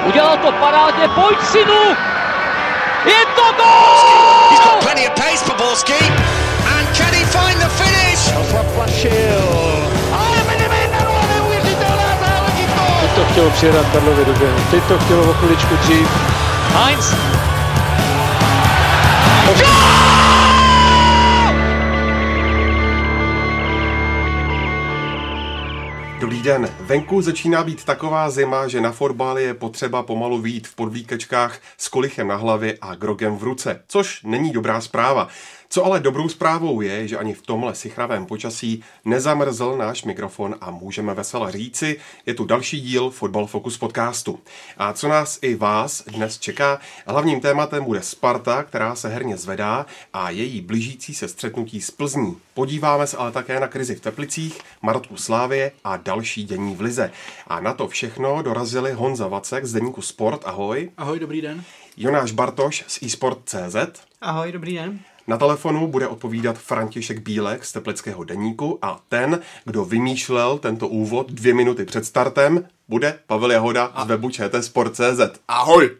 Udělal to parádně, pojď synu! Je to gól! He's got plenty of pace for Borski. And can he find the finish? Zaplašil. Ale Benevento, neuvěřitelná záležitost! Teď to chtělo přijedat Karlově do běhu. Teď to chtělo o chviličku dřív. Heinz. Dobrý den. Venku začíná být taková zima, že na fotbal je potřeba pomalu vyjít v podvíkačkách s kolichem na hlavě a grogem v ruce, což není dobrá zpráva. Co ale dobrou zprávou je, že ani v tomhle sichravém počasí nezamrzl náš mikrofon a můžeme vesele říci, je tu další díl Fotbal Focus podcastu. A co nás i vás dnes čeká, hlavním tématem bude Sparta, která se herně zvedá, a její blížící se střetnutí s Plzní. Podíváme se ale také na krizi v Teplicích, marotku Slávie a další dění v lize. A na to všechno dorazili Honza Vacek z deníku Sport, ahoj. Ahoj, dobrý den. Jonáš Bartoš z eSport.cz. Ahoj, dobrý den. Na telefonu bude odpovídat František Bílek z Teplického deníku a ten, kdo vymýšlel tento úvod 2 minuty před startem, bude Pavel Jahoda z webu ČT-sport.cz. Ahoj!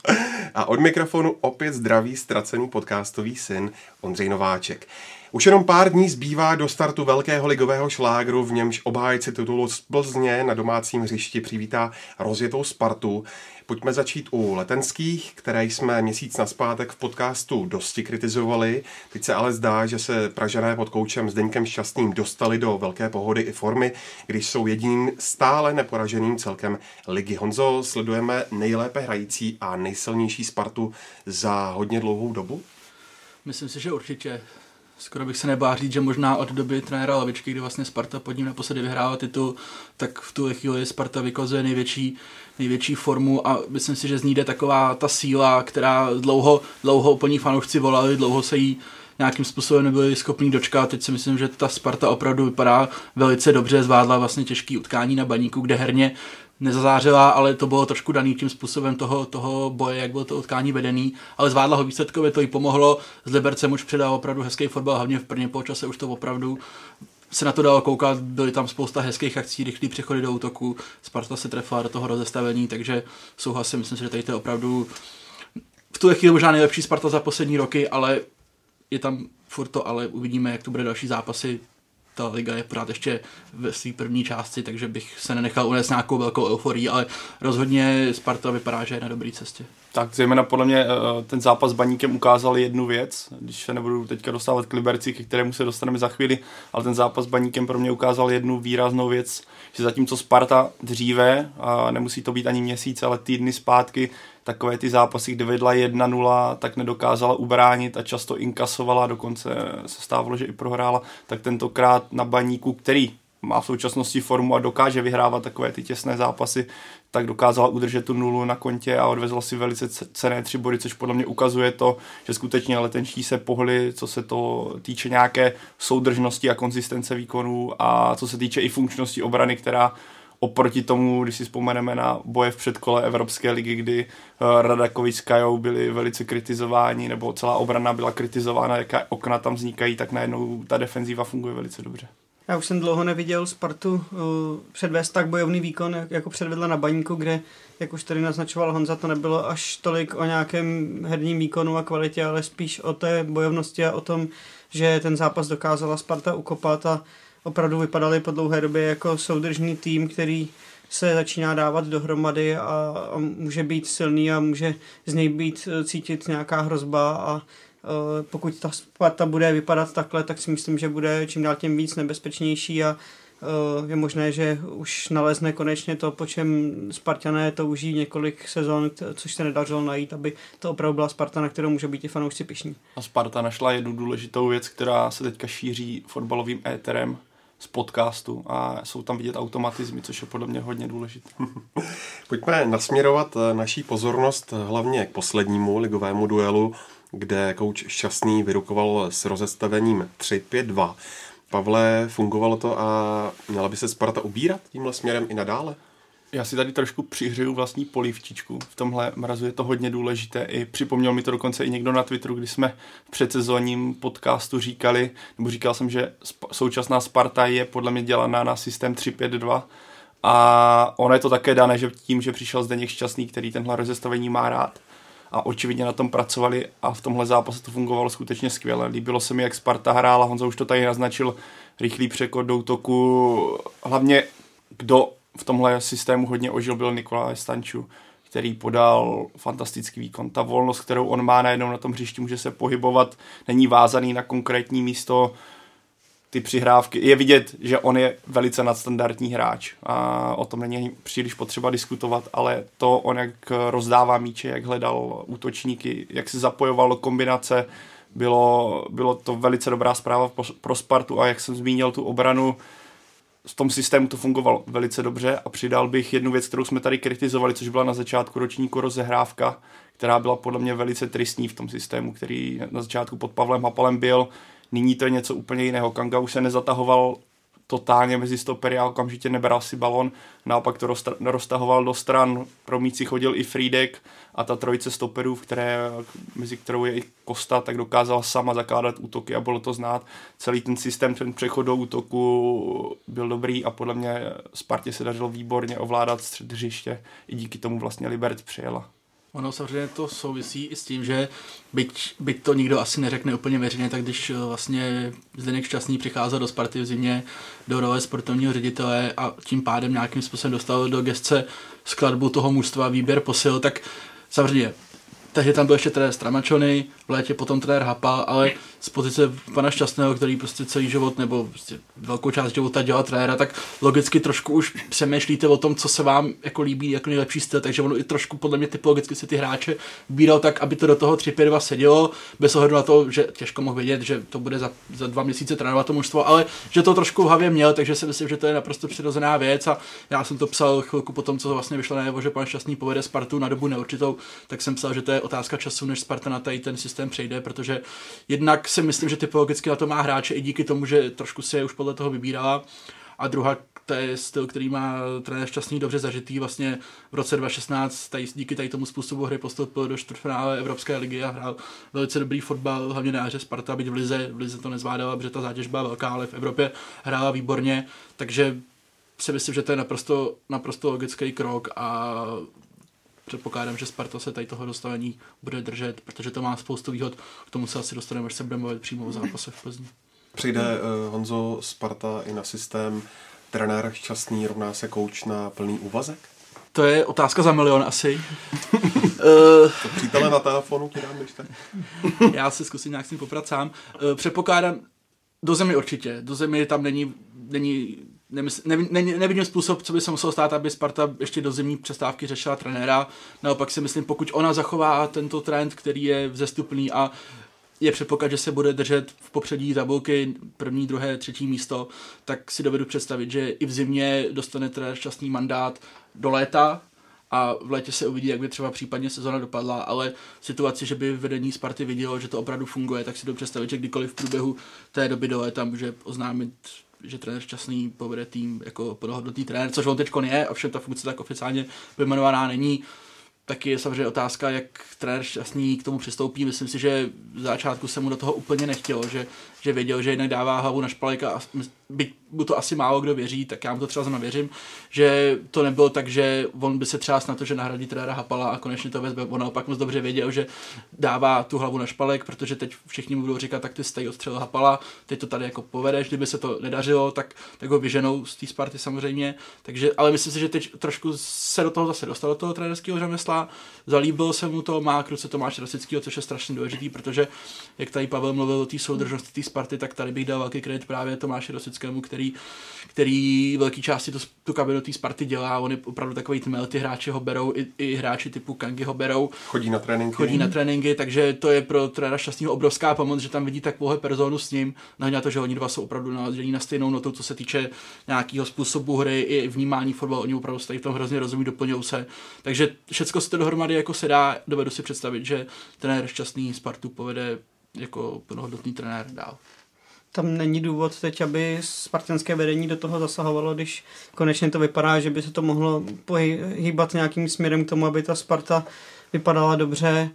A od mikrofonu opět zdraví ztracený podcastový syn Ondřej Nováček. Už jenom pár dní zbývá do startu velkého ligového šlágru, v němž obhájci titulu z Plzně na domácím hřišti přivítá rozjetou Spartu. Pojďme začít u letenských, které jsme měsíc nazpátek v podcastu dosti kritizovali. Teď se ale zdá, že se Pražané pod koučem Zdeňkem Šťastným dostali do velké pohody i formy, když jsou jediným stále neporaženým celkem ligy. Honzo, sledujeme nejlépe hrající a nejsilnější Spartu za hodně dlouhou dobu? Myslím si, že určitě. Skoro bych se nebál říct, že možná od doby trenéra Lavičky, kdy vlastně Sparta pod ním naposledy vyhrála titul, tak v tu chvíli Sparta vykazuje největší formu a myslím si, že z ní jde taková ta síla, která dlouho po ní fanoušci volali, dlouho se jí nějakým způsobem nebyli schopní dočkat. Teď si myslím, že ta Sparta opravdu vypadá velice dobře, zvládla vlastně těžký utkání na Baníku, kde herně nezazářila, ale to bylo trošku daný tím způsobem toho boje, jak bylo to utkání vedený, ale zvládla ho výsledkově, to jí pomohlo. S Libercem už předal opravdu hezký fotbal, hlavně v prvním poločase už to opravdu se na to dalo koukat, byly tam spousta hezkých akcí, rychlý přechody do útoku, Sparta se trefila do toho rozestavení, takže souhlasím, myslím si, že tady to je opravdu v tu chvíli možná nejlepší Sparta za poslední roky, ale je tam furt to, ale uvidíme, jak to bude další zápasy. Ta liga je pořád ještě ve své první části, takže bych se nenechal unést nějakou velkou euforii, ale rozhodně Sparta vypadá, že je na dobré cestě. Tak zejména podle mě ten zápas s Baníkem ukázal jednu věc, když se nebudu teďka dostávat k Liberci, ke kterému se dostaneme za chvíli, ale ten zápas s Baníkem pro mě ukázal jednu výraznou věc, že zatímco Sparta dříve, a nemusí to být ani měsíc, ale týdny zpátky, takové ty zápasy, kde vedla 1-0, tak nedokázala ubránit a často inkasovala, dokonce se stávalo, že i prohrála, tak tentokrát na Baníku, který má v současnosti formu a dokáže vyhrávat takové ty těsné zápasy, tak dokázala udržet tu 0 na kontě a odvezla si velice cenné 3 body, což podle mě ukazuje to, že skutečně letenští se pohli, co se to týče nějaké soudržnosti a konzistence výkonů a co se týče i funkčnosti obrany, která oproti tomu, když si vzpomeneme na boje v předkole Evropské ligy, kdy Radakovič s Kajou byli velice kritizováni, nebo celá obrana byla kritizována, jaká okna tam vznikají, tak najednou ta defenzíva funguje velice dobře. Já už jsem dlouho neviděl Spartu předvést tak bojovný výkon, jako předvedla na Baníku, kde, jak už tady naznačoval Honza, to nebylo až tolik o nějakém herním výkonu a kvalitě, ale spíš o té bojovnosti a o tom, že ten zápas dokázala Sparta ukopat a opravdu vypadali po dlouhé době jako soudržný tým, který se začíná dávat dohromady a může být silný a může z něj být cítit nějaká hrozba a pokud ta Sparta bude vypadat takhle, tak si myslím, že bude čím dál tím víc nebezpečnější a je možné, že už nalezne konečně to, po čem Spartané touží několik sezon, což se nedařilo najít, aby to opravdu byla Sparta, na kterou může být i fanoušci pyšní. A Sparta našla jednu důležitou věc, která se teďka šíří fotbalovým éterem z podcastu a jsou tam vidět automatizmy, což je podle mě hodně důležité. Pojďme nasměrovat naší pozornost hlavně k poslednímu ligovému duelu, kde kouč Šťastný vyrukoval s rozestavením 3-5-2. Pavle, fungovalo to a měla by se Sparta ubírat tímhle směrem i nadále? Já si tady trošku přihřeju vlastní polívčičku. V tomhle mrazu je to hodně důležité. I připomněl mi to dokonce i někdo na Twitteru, když jsme v předsezónním podcastu říkal jsem, že současná Sparta je podle mě dělaná na systém 3-5-2 A ono je to také dané, že tím, že přišel Zdeněk Šťastný, který tenhle rozestavení má rád. A očividně na tom pracovali a v tomhle zápase to fungovalo skutečně skvěle. Líbilo se mi, jak Sparta hrála, Honza už to tady naznačil, rychlý přechod do útoku. Hlavně, kdo v tomhle systému hodně ožil, byl Nikolaj Stanču, který podal fantastický výkon. Ta volnost, kterou on má najednou na tom hřišti, může se pohybovat, není vázaný na konkrétní místo, ty přihrávky. Je vidět, že on je velice nadstandardní hráč a o tom není příliš potřeba diskutovat, ale to on, jak rozdává míče, jak hledal útočníky, jak se zapojoval do kombinace, bylo to velice dobrá zpráva pro Spartu a jak jsem zmínil tu obranu, v tom systému to fungovalo velice dobře a přidal bych jednu věc, kterou jsme tady kritizovali, což byla na začátku ročníku rozehrávka, která byla podle mě velice tristní v tom systému, který na začátku pod Pavlem Hapalem byl. Nyní to je něco úplně jiného. Kanga už se nezatahoval totálně mezi stopery a okamžitě nebral si balon, naopak to roztahoval do stran, pro míci chodil i Friedek a ta trojice stoperů, mezi kterou je i Kosta, tak dokázala sama zakládat útoky a bylo to znát. Celý ten systém, ten přechod do útoku byl dobrý a podle mě Spartě se dařilo výborně ovládat střed hřiště. I díky tomu vlastně Liberec přijela. Ono samozřejmě to souvisí i s tím, že byť to nikdo asi neřekne úplně veřejně, tak když vlastně Zdeněk Šťastný přicházel do Sparty v zimě do role sportovního ředitele a tím pádem nějakým způsobem dostal do gesce skladbu toho mužstva, výběr posil, tak samozřejmě takže tam byl ještě trenér Stramačony, v létě potom trenér Hapal, ale z pozice pana Šťastného, který prostě celý život nebo prostě velkou část života dělal trenéra, tak logicky trošku už přemýšlíte o tom, co se vám jako líbí jako nejlepší styl, takže ono i trošku podle mě typologicky si ty hráče vybíral tak, aby to do toho 3-5-2 sedělo, bez ohledu na to, že těžko mohl vědět, že to bude za 2 měsíce trénovat to mužstvo, ale že to trošku v hlavě měl, takže si myslím, že to je naprosto přirozená věc a já jsem to psal chvilku potom, co vlastně vyšlo najevo, že pan Šťastný povede Spartu na dobu neurčitou, tak jsem psal, že to je otázka času, než Sparta na tady ten systém přejde, protože jednak si myslím, že typologicky na to má hráče i díky tomu, že trošku si je už podle toho vybírala. A druhá, to je styl, který má trenér Šťastný dobře zažitý. Vlastně v roce 2016 díky tady tomu způsobu hry postoupil do čtvrtfinále Evropské ligy a hrál velice dobrý fotbal, hlavně na jaře Sparta, byť v lize to nezvládala, protože ta zátěž byla velká, ale v Evropě hrála výborně, takže si myslím, že to je naprosto logický krok a předpokládám, že Sparta se tady toho dostavení bude držet, protože to má spoustu výhod, k tomu se asi dostaneme, až se budeme mluvit přímo o zápase v Plzni. Přijde Honzo Sparta i na systém trenér Šťastný rovná se kouč na plný úvazek? To je otázka za milion asi. To přítele na telefonu ti dám, když tak. Já se zkusím nějak s tím poprat sám. Předpokládám, do zemi určitě. Do zemi tam nevidím způsob, co by se muselo stát, aby Sparta ještě do zimní přestávky řešila trenéra. Naopak si myslím, pokud ona zachová tento trend, který je vzestupný a je předpoklad, že se bude držet v popředí tabulky 1., 2., 3. místo, tak si dovedu představit, že i v zimě dostane trenér Šťastný mandát do léta a v létě se uvidí, jak by třeba případně sezona dopadla, ale v situaci, že by vedení Sparty vidělo, že to opravdu funguje, tak si dovedu představit, že kdykoliv v průběhu té doby do léta může oznámit, že trenér Šťastný povede tým jako plnohodnotný trenér, což on teďkon je, ovšem ta funkce tak oficiálně vyjmenovaná není. Taky je samozřejmě otázka, jak trenér Šťastný k tomu přistoupí. Myslím si, že v začátku se mu do toho úplně nechtělo, že věděl, že jednak dává hlavu na špalek a byť mu to asi málo kdo věří, tak já mu to třeba zrovna věřím, že to nebylo tak, že on by se třásl na to, že nahradí trenéra Hapala a konečně to vezme. On naopak moc dobře věděl, že dává tu hlavu na špalek, protože teď všichni mu budou říkat, tak ty jsi tady odstřelil Hapala, teď to tady jako povedeš, kdyby se to nedařilo, tak ho vyženou z té Sparty samozřejmě. Takže, ale myslím si, že teď trošku se do toho zase dostal do toho trenérského řemesla, zalíbil se mu to, má k ruce Tomáše Rosického, což je strašně důležitý, protože jak tady Pavel mluvil o té soudržnosti té Sparty, tak tady bych dal velký kredit právě Tomáši Rosickému, který velký části tu kabinu té Sparty dělá. On je opravdu takový tmel, ty hráči ho berou, i hráči typu Kangy ho berou. Chodí na tréninky, takže to je pro trenéra Šťastného obrovská pomoc, že tam vidí takovou personu s ním, na to, že oni dva jsou opravdu naladění na stejnou notu, co se týče nějakého způsobu hry i vnímání fotbalu. Oni opravdu stojí v tom hrozně rozumí, doplňují se. Takže všechno se to dohromady jako se dá, dovedu si představit, že trenér Šťastný Spartu povede jako plnohodnotný trenér dál. Tam není důvod teď, aby spartanské vedení do toho zasahovalo, když konečně to vypadá, že by se to mohlo hýbat nějakým směrem k tomu, aby ta Sparta vypadala dobře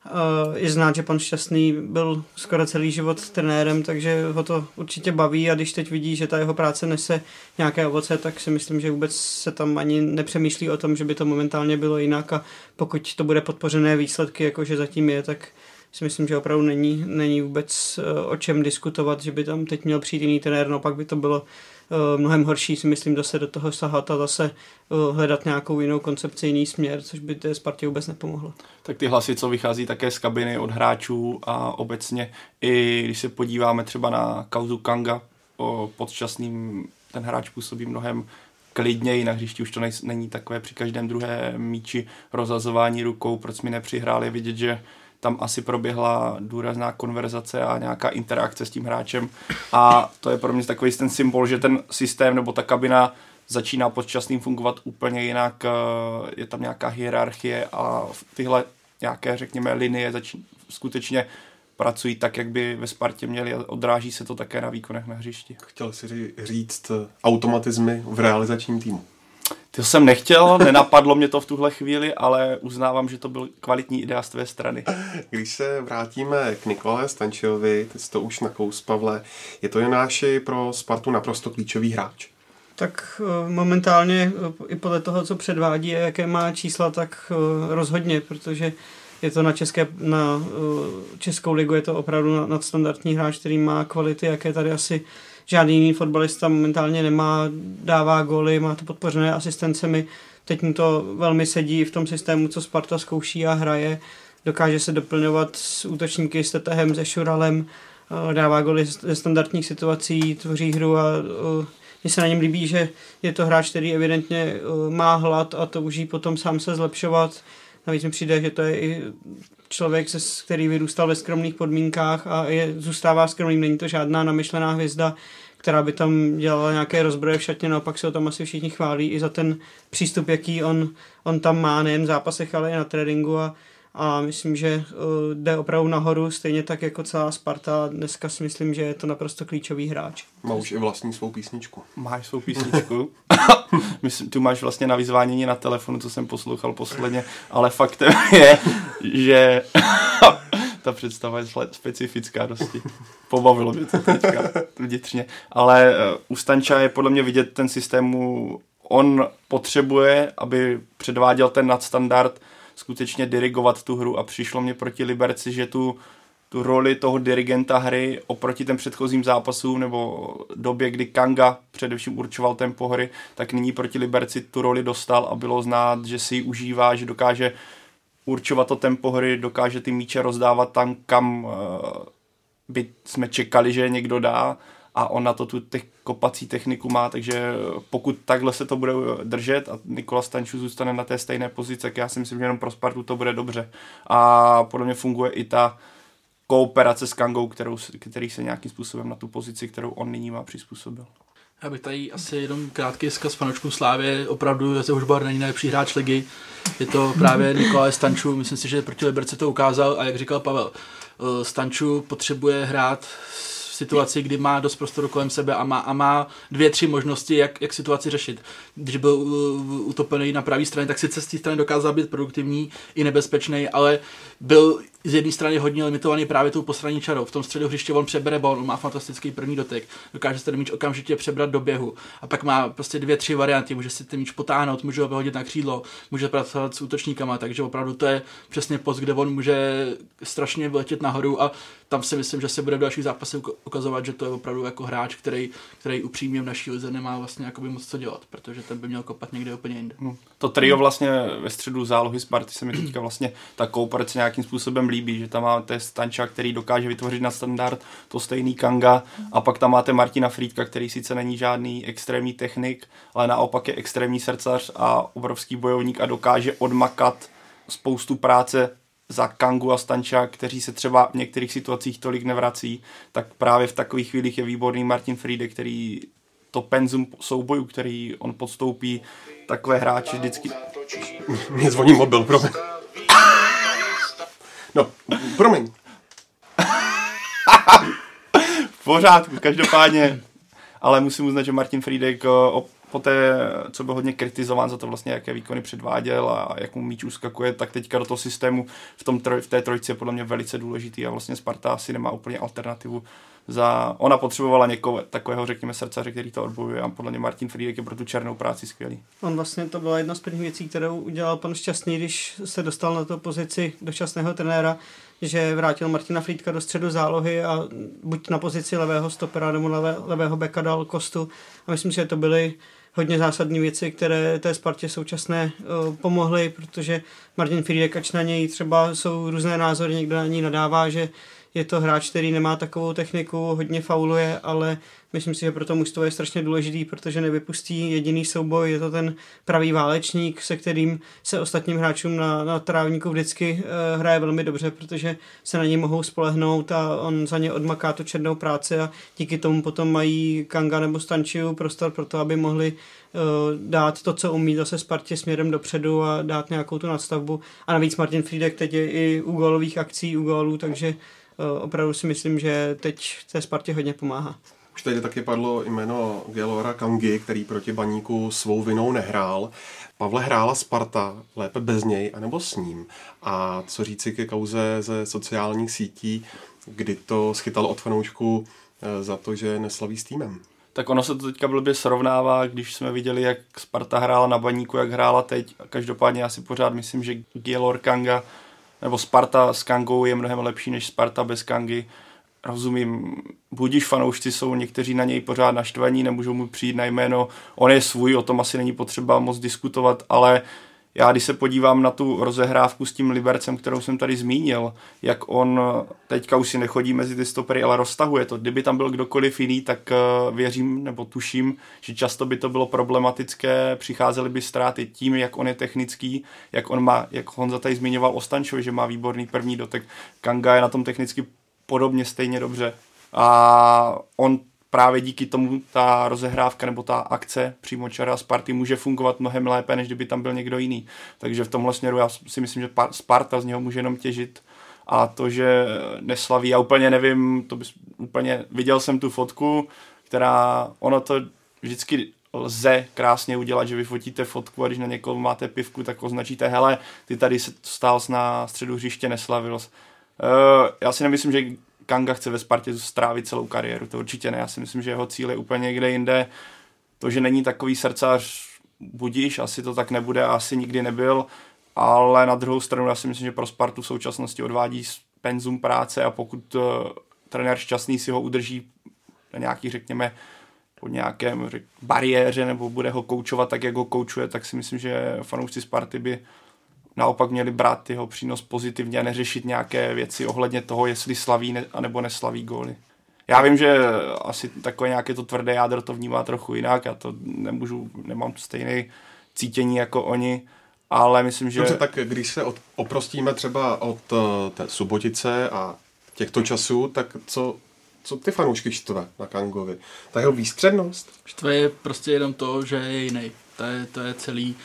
Je znát, že pan Šťastný byl skoro celý život trenérem, takže ho to určitě baví a když teď vidí, že ta jeho práce nese nějaké ovoce, tak si myslím, že vůbec se tam ani nepřemýšlí o tom, že by to momentálně bylo jinak a pokud to bude podpořené výsledky, jakože zatím je, tak si myslím, že opravdu není vůbec o čem diskutovat, že by tam teď měl přijít jiný trenér, no pak by to bylo mnohem horší, si myslím, zase do toho sahat a zase hledat nějakou jinou koncepci, jiný směr, což by té Spartě vůbec nepomohlo. Tak ty hlasy, co vychází také z kabiny od hráčů a obecně i když se podíváme třeba na kauzu Kanga pod Šťastným, ten hráč působí mnohem klidněji na hřišti, už to není takové při každém druhém míči rozhazování rukou, proč mi nepřihráli, vidět, že tam asi proběhla důrazná konverzace a nějaká interakce s tím hráčem a to je pro mě takový ten symbol, že ten systém nebo ta kabina začíná pod Šťastným fungovat úplně jinak, je tam nějaká hierarchie a tyhle nějaké, řekněme, linie skutečně pracují tak, jak by ve Spartě měli a odráží se to také na výkonech na hřišti. Chtěl si říct automatizmy v realizačním týmu. To jsem nechtěl, nenapadlo mě to v tuhle chvíli, ale uznávám, že to byl kvalitní idea z tvé strany. Když se vrátíme k Nikole Stančovi, ty jsi to už nakous, Pavle, je to Jonáši pro Spartu naprosto klíčový hráč? Tak momentálně i podle toho, co předvádí a jaké má čísla, tak rozhodně, protože je to na Českou ligu, je to opravdu nadstandardní hráč, který má kvality, jaké tady asi žádný jiný fotbalista momentálně nemá, dává góly, má to podpořené asistencemi, teď mu to velmi sedí v tom systému, co Sparta zkouší a hraje, dokáže se doplňovat s útočníky, s Tetehem, se Šuralem, dává góly ze standardních situací, tvoří hru a mně se na něm líbí, že je to hráč, který evidentně má hlad a touží potom sám se zlepšovat. Navíc mi přijde, že to je i člověk, který vyrůstal ve skromných podmínkách a zůstává skromným. Není to žádná namyšlená hvězda, která by tam dělala nějaké rozbroje v šatně, naopak se ho tam asi všichni chválí i za ten přístup, jaký on tam má, nejen v zápasech, ale i na tréninku a myslím, že jde opravdu nahoru, stejně tak jako celá Sparta. Dneska si myslím, že je to naprosto klíčový hráč. Má už i vlastní svou písničku. Máš svou písničku. Tu máš vlastně na vyzvánění na telefonu, co jsem poslouchal posledně, ale faktem je, že ta představa je specifická dosti. Pobavilo mě to teďka vnitřně. Ale u Stanča je podle mě vidět ten systému, on potřebuje, aby předváděl ten nadstandard, skutečně dirigovat tu hru a přišlo mě proti Liberci, že tu roli toho dirigenta hry oproti těm předchozím zápasům nebo době, kdy Kanga především určoval tempo hry, tak nyní proti Liberci tu roli dostal a bylo znát, že si ji užívá, že dokáže určovat to tempo hry, dokáže ty míče rozdávat tam, kam by jsme čekali, že někdo dá a on na to tu kopací techniku má, takže pokud takhle se to bude držet a Nikola Stanču zůstane na té stejné pozici, tak já si myslím, že jenom pro Spartu to bude dobře. A podle mě funguje i ta kooperace s Kangou, který se nějakým způsobem na tu pozici, kterou on nyní má, přizpůsobil. Já bych tady asi jenom krátký vzkaz fanouškům Slávy. Opravdu Josef Hušbauer není nejlepší hráč ligy. Je to právě Nikola Stanču. Myslím si, že proti Liberci to ukázal a jak říkal Pavel, Stanču potřebuje hrát v situaci, kdy má dost prostoru kolem sebe a má 2-3 možnosti, jak situaci řešit. Když byl utopený na pravé straně, tak sice z té strany dokázal být produktivní i nebezpečný, ale byl z jedné strany hodně limitovaný právě tou postranní čarou. V tom středu hřiště on přebere bal, on má fantastický první dotek, dokáže se ten míč okamžitě přebrat do běhu a pak má prostě 2-3 varianty, může si ten míč potáhnout, může ho vyhodit na křídlo, může pracovat s útočníkama, takže opravdu to je přesně post, kde on může strašně vyletět nahoru a tam si myslím, že se bude v dalších zápasech ukazovat, že to je opravdu jako hráč, který upřímně v naší lize nemá vlastně jakoby moc co dělat, protože ten by měl kopat někde úplně jinde. To trio vlastně ve středu zálohy Sparty se mi teďka vlastně ta kooperace nějakým způsobem líbí, že tam máte Stanča, který dokáže vytvořit na standard, to stejný Kanga a pak tam máte Martina Frýdka, který sice není žádný extrémní technik, ale naopak je extrémní srdcař a obrovský bojovník a dokáže odmakat spoustu práce za Kangu a Stanča, kteří se třeba v některých situacích tolik nevrací, tak právě v takových chvílích je výborný Martin Frýdek, který to penzum soubojů, který on podstoupí, takové hráči vždycky... Mě zvoní mobil, promiň. No, promiň. V pořádku, každopádně, ale musím uznat, že Martin Frýdek poté, co byl hodně kritizován za to vlastně, jaké výkony předváděl a jak mu míč uskakuje, tak teďka do toho systému v té trojce je podle mě velice důležitý a vlastně Sparta asi nemá úplně alternativu. Ona potřebovala někoho takového, řekněme, srdcaře, který to odbojuje a podle mě Martin Friedek je pro tu černou práci skvělý. On vlastně to byla jedna z prvních věcí, kterou udělal pan Šťastný, když se dostal na tu pozici dočasného trenéra, že vrátil Martina Friedka do středu zálohy a buď na pozici levého stopera nebo levého beka dal Kostu. A myslím si, že to byly hodně zásadní věci, které té Spartě současné pomohly, protože Martin Friedek, ač na něj třeba jsou různé názory, někdo na něj nadává, že je to hráč, který nemá takovou techniku, hodně fauluje, ale myslím si, že pro to mužstvo je strašně důležitý, protože nevypustí jediný souboj, je to ten pravý válečník, se kterým se ostatním hráčům na trávníku vždycky hraje velmi dobře, protože se na něj mohou spolehnout a on za ně odmaká tu černou práci a díky tomu potom mají Kanga nebo Stančiu prostor pro to, aby mohli dát to, co umí zase Spartě směrem dopředu a dát nějakou tu nadstavbu. A navíc Martin Friedek teď je i u gólových akcí, u gólů, takže opravdu si myslím, že teď té Spartě hodně pomáhá. Už tady taky padlo jméno Gaylora Kangy, který proti Baníku svou vinou nehrál. Pavle, hrála Sparta lépe bez něj anebo s ním? A co říci ke kauze ze sociálních sítí, kdy to schytal od fanoušku za to, že neslaví s týmem? Tak ono se to teďka blbě srovnává, když jsme viděli, jak Sparta hrála na Baníku, jak hrála teď. Každopádně já si pořád myslím, že Gaylor Kanga nebo Sparta s Kangou je mnohem lepší než Sparta bez Kangy. Rozumím, budiž fanoušci jsou někteří na něj pořád naštvaní, nemůžou mu přijít na jméno, on je svůj, o tom asi není potřeba moc diskutovat, ale já když se podívám na tu rozehrávku s tím Libercem, kterou jsem tady zmínil, jak on teďka už si nechodí mezi ty stopery, ale roztahuje to. Kdyby tam byl kdokoliv jiný, tak věřím nebo tuším, že často by to bylo problematické, přicházely by ztráty tím, jak on je technický, jak on má, jak Honza tady zmiňoval o Stančovi, že má výborný první dotek. Kanga je na tom technicky podobně stejně dobře. A on právě díky tomu ta rozehrávka nebo ta akce přímočara Sparty může fungovat mnohem lépe, než kdyby tam byl někdo jiný. Takže v tomhle směru já si myslím, že Sparta z něho může jenom těžit. A to, že neslaví, já úplně nevím, viděl jsem tu fotku, která, ono to vždycky lze krásně udělat, že vyfotíte fotku a když na někoho máte pivku, tak označíte, hele, ty tady stál na středu hřiště, neslavil. Já si nemyslím, že Kanga chce ve Spartě strávit celou kariéru, to určitě ne. Já si myslím, že jeho cíl je úplně někde jinde. To, že není takový srdcař, budíš, asi to tak nebude a asi nikdy nebyl, ale na druhou stranu já si myslím, že pro Spartu v současnosti odvádí penzum práce a pokud trenér Šťastný si ho udrží na nějaký, řekněme, pod nějakém bariéře nebo bude ho koučovat tak, jak ho koučuje, tak si myslím, že fanoušci Sparty by naopak měli brát jeho přínos pozitivně a neřešit nějaké věci ohledně toho, jestli slaví anebo neslaví góly. Já vím, že asi takové nějaké to tvrdé jádro to vnímá trochu jinak, já to nemám stejné cítění jako oni, ale myslím, že... Dobře, tak když se oprostíme třeba od té Subotice a těchto časů, tak co ty fanoušky štve na Kangovi? Ta jeho výstřednost? Štve je prostě jenom to, že je jiný. To je celý...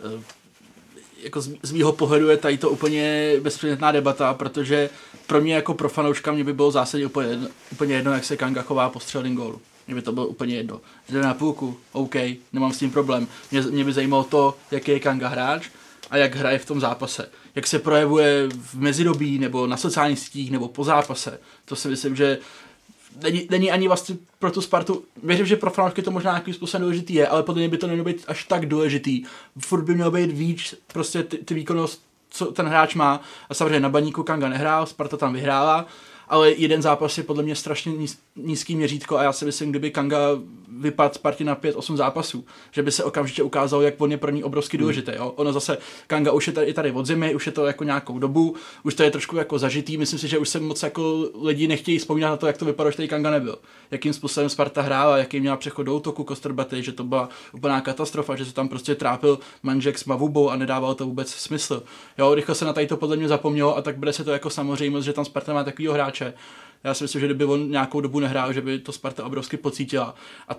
Jako z mýho pohledu je tady to úplně bezpředmětná debata, protože pro mě jako pro fanouška mě by bylo zásadně úplně jedno, jak se Kanga chová po střelném gólu. Mně by to bylo úplně jedno. Jde na půlku, OK, nemám s tím problém. Mě by zajímalo to, jaký je Kanga hráč a jak hraje v tom zápase. Jak se projevuje v mezidobí nebo na sociálních sítích nebo po zápase. To si myslím, že není ani vlastně pro tu Spartu, věřím, že pro fanoušky to možná nějakým způsobem důležitý je, ale podle mě by to nemělo být až tak důležitý. Furt by mělo být víc prostě ty výkonnost, co ten hráč má. A samozřejmě na Baníku Kanga nehrál, Sparta tam vyhrála, ale jeden zápas je podle mě strašně nízký měřítko a já si myslím, kdyby Kanga vypadl Spartě na 5-8 zápasů, že by se okamžitě ukázalo, jak on je pro ní obrovsky důležitý. Jo? Ono zase, Kanga už je tady od zimy, už je to jako nějakou dobu, už to je trošku jako zažitý, myslím si, že už se moc jako lidi nechtějí vzpomínat na to, jak to vypadalo, že tady Kanga nebyl. Jakým způsobem Sparta hrála, jaký měla přechod do útoku Kostrbaty, že to byla úplná katastrofa, že se tam prostě trápil Manžek s Mavubou a nedával to vůbec smysl. Jo, rychle se na tady to podle mě zapomnělo a tak bude se to jako samozřejmost, že tam Sparta má takovýho hráče. Já si myslím, že kdyby on nějakou dobu nehrál, že by to Sparta obrovsky pocítila. A to, že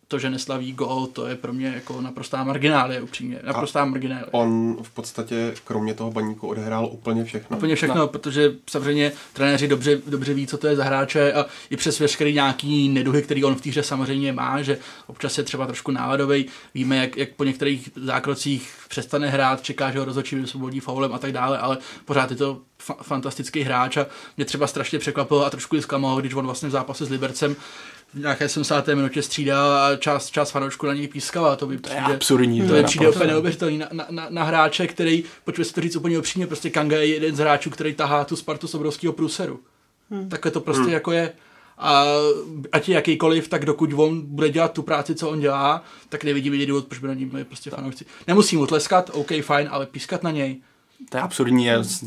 to, že neslaví gól, to je pro mě jako naprostá marginálie, upřímně. Naprostá marginálie. On v podstatě kromě toho Baníku odehrál úplně všechno. Úplně všechno, protože samozřejmě trenéři dobře ví, co to je za hráče a i přes veškerý nějaký neduhy, který on v té hře samozřejmě má, že občas je třeba trošku náladovej. Víme, jak po některých zákrocích přestane hrát, čeká, že ho rozhodčí vysvobodí faulem a tak dále, ale pořád je to fantastický hráč a mě třeba strašně překvapilo a trošku zklamalo, když on vlastně v zápase s Libercem v nějaké 70. minutě střídal a část fanoušků na něj pískala. To by přijde absurdní. To je přijde úplně neuvěřitelný na hráče, který, pojďme si to říct úplně upřímně, prostě Kanga je jeden z hráčů, který tahá tu Spartu z obrovského průseru. Takhle to prostě jako je. A ať je jakýkoliv, tak dokud on bude dělat tu práci, co on dělá, tak nevidím jediný důvod, proč by na něj byli prostě fanoušci. Nemusí mu tleskat, OK, fajn, ale pískat na něj. To je absurdní,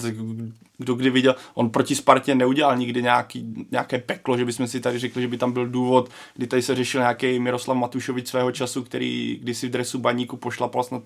kdo kdy viděl, on proti Spartě neudělal nikdy nějaké peklo, že bychom si tady řekli, že by tam byl důvod, kdy tady se řešil nějaký Miroslav Matušovič svého času, který kdysi v dresu Baníku pošlapal snad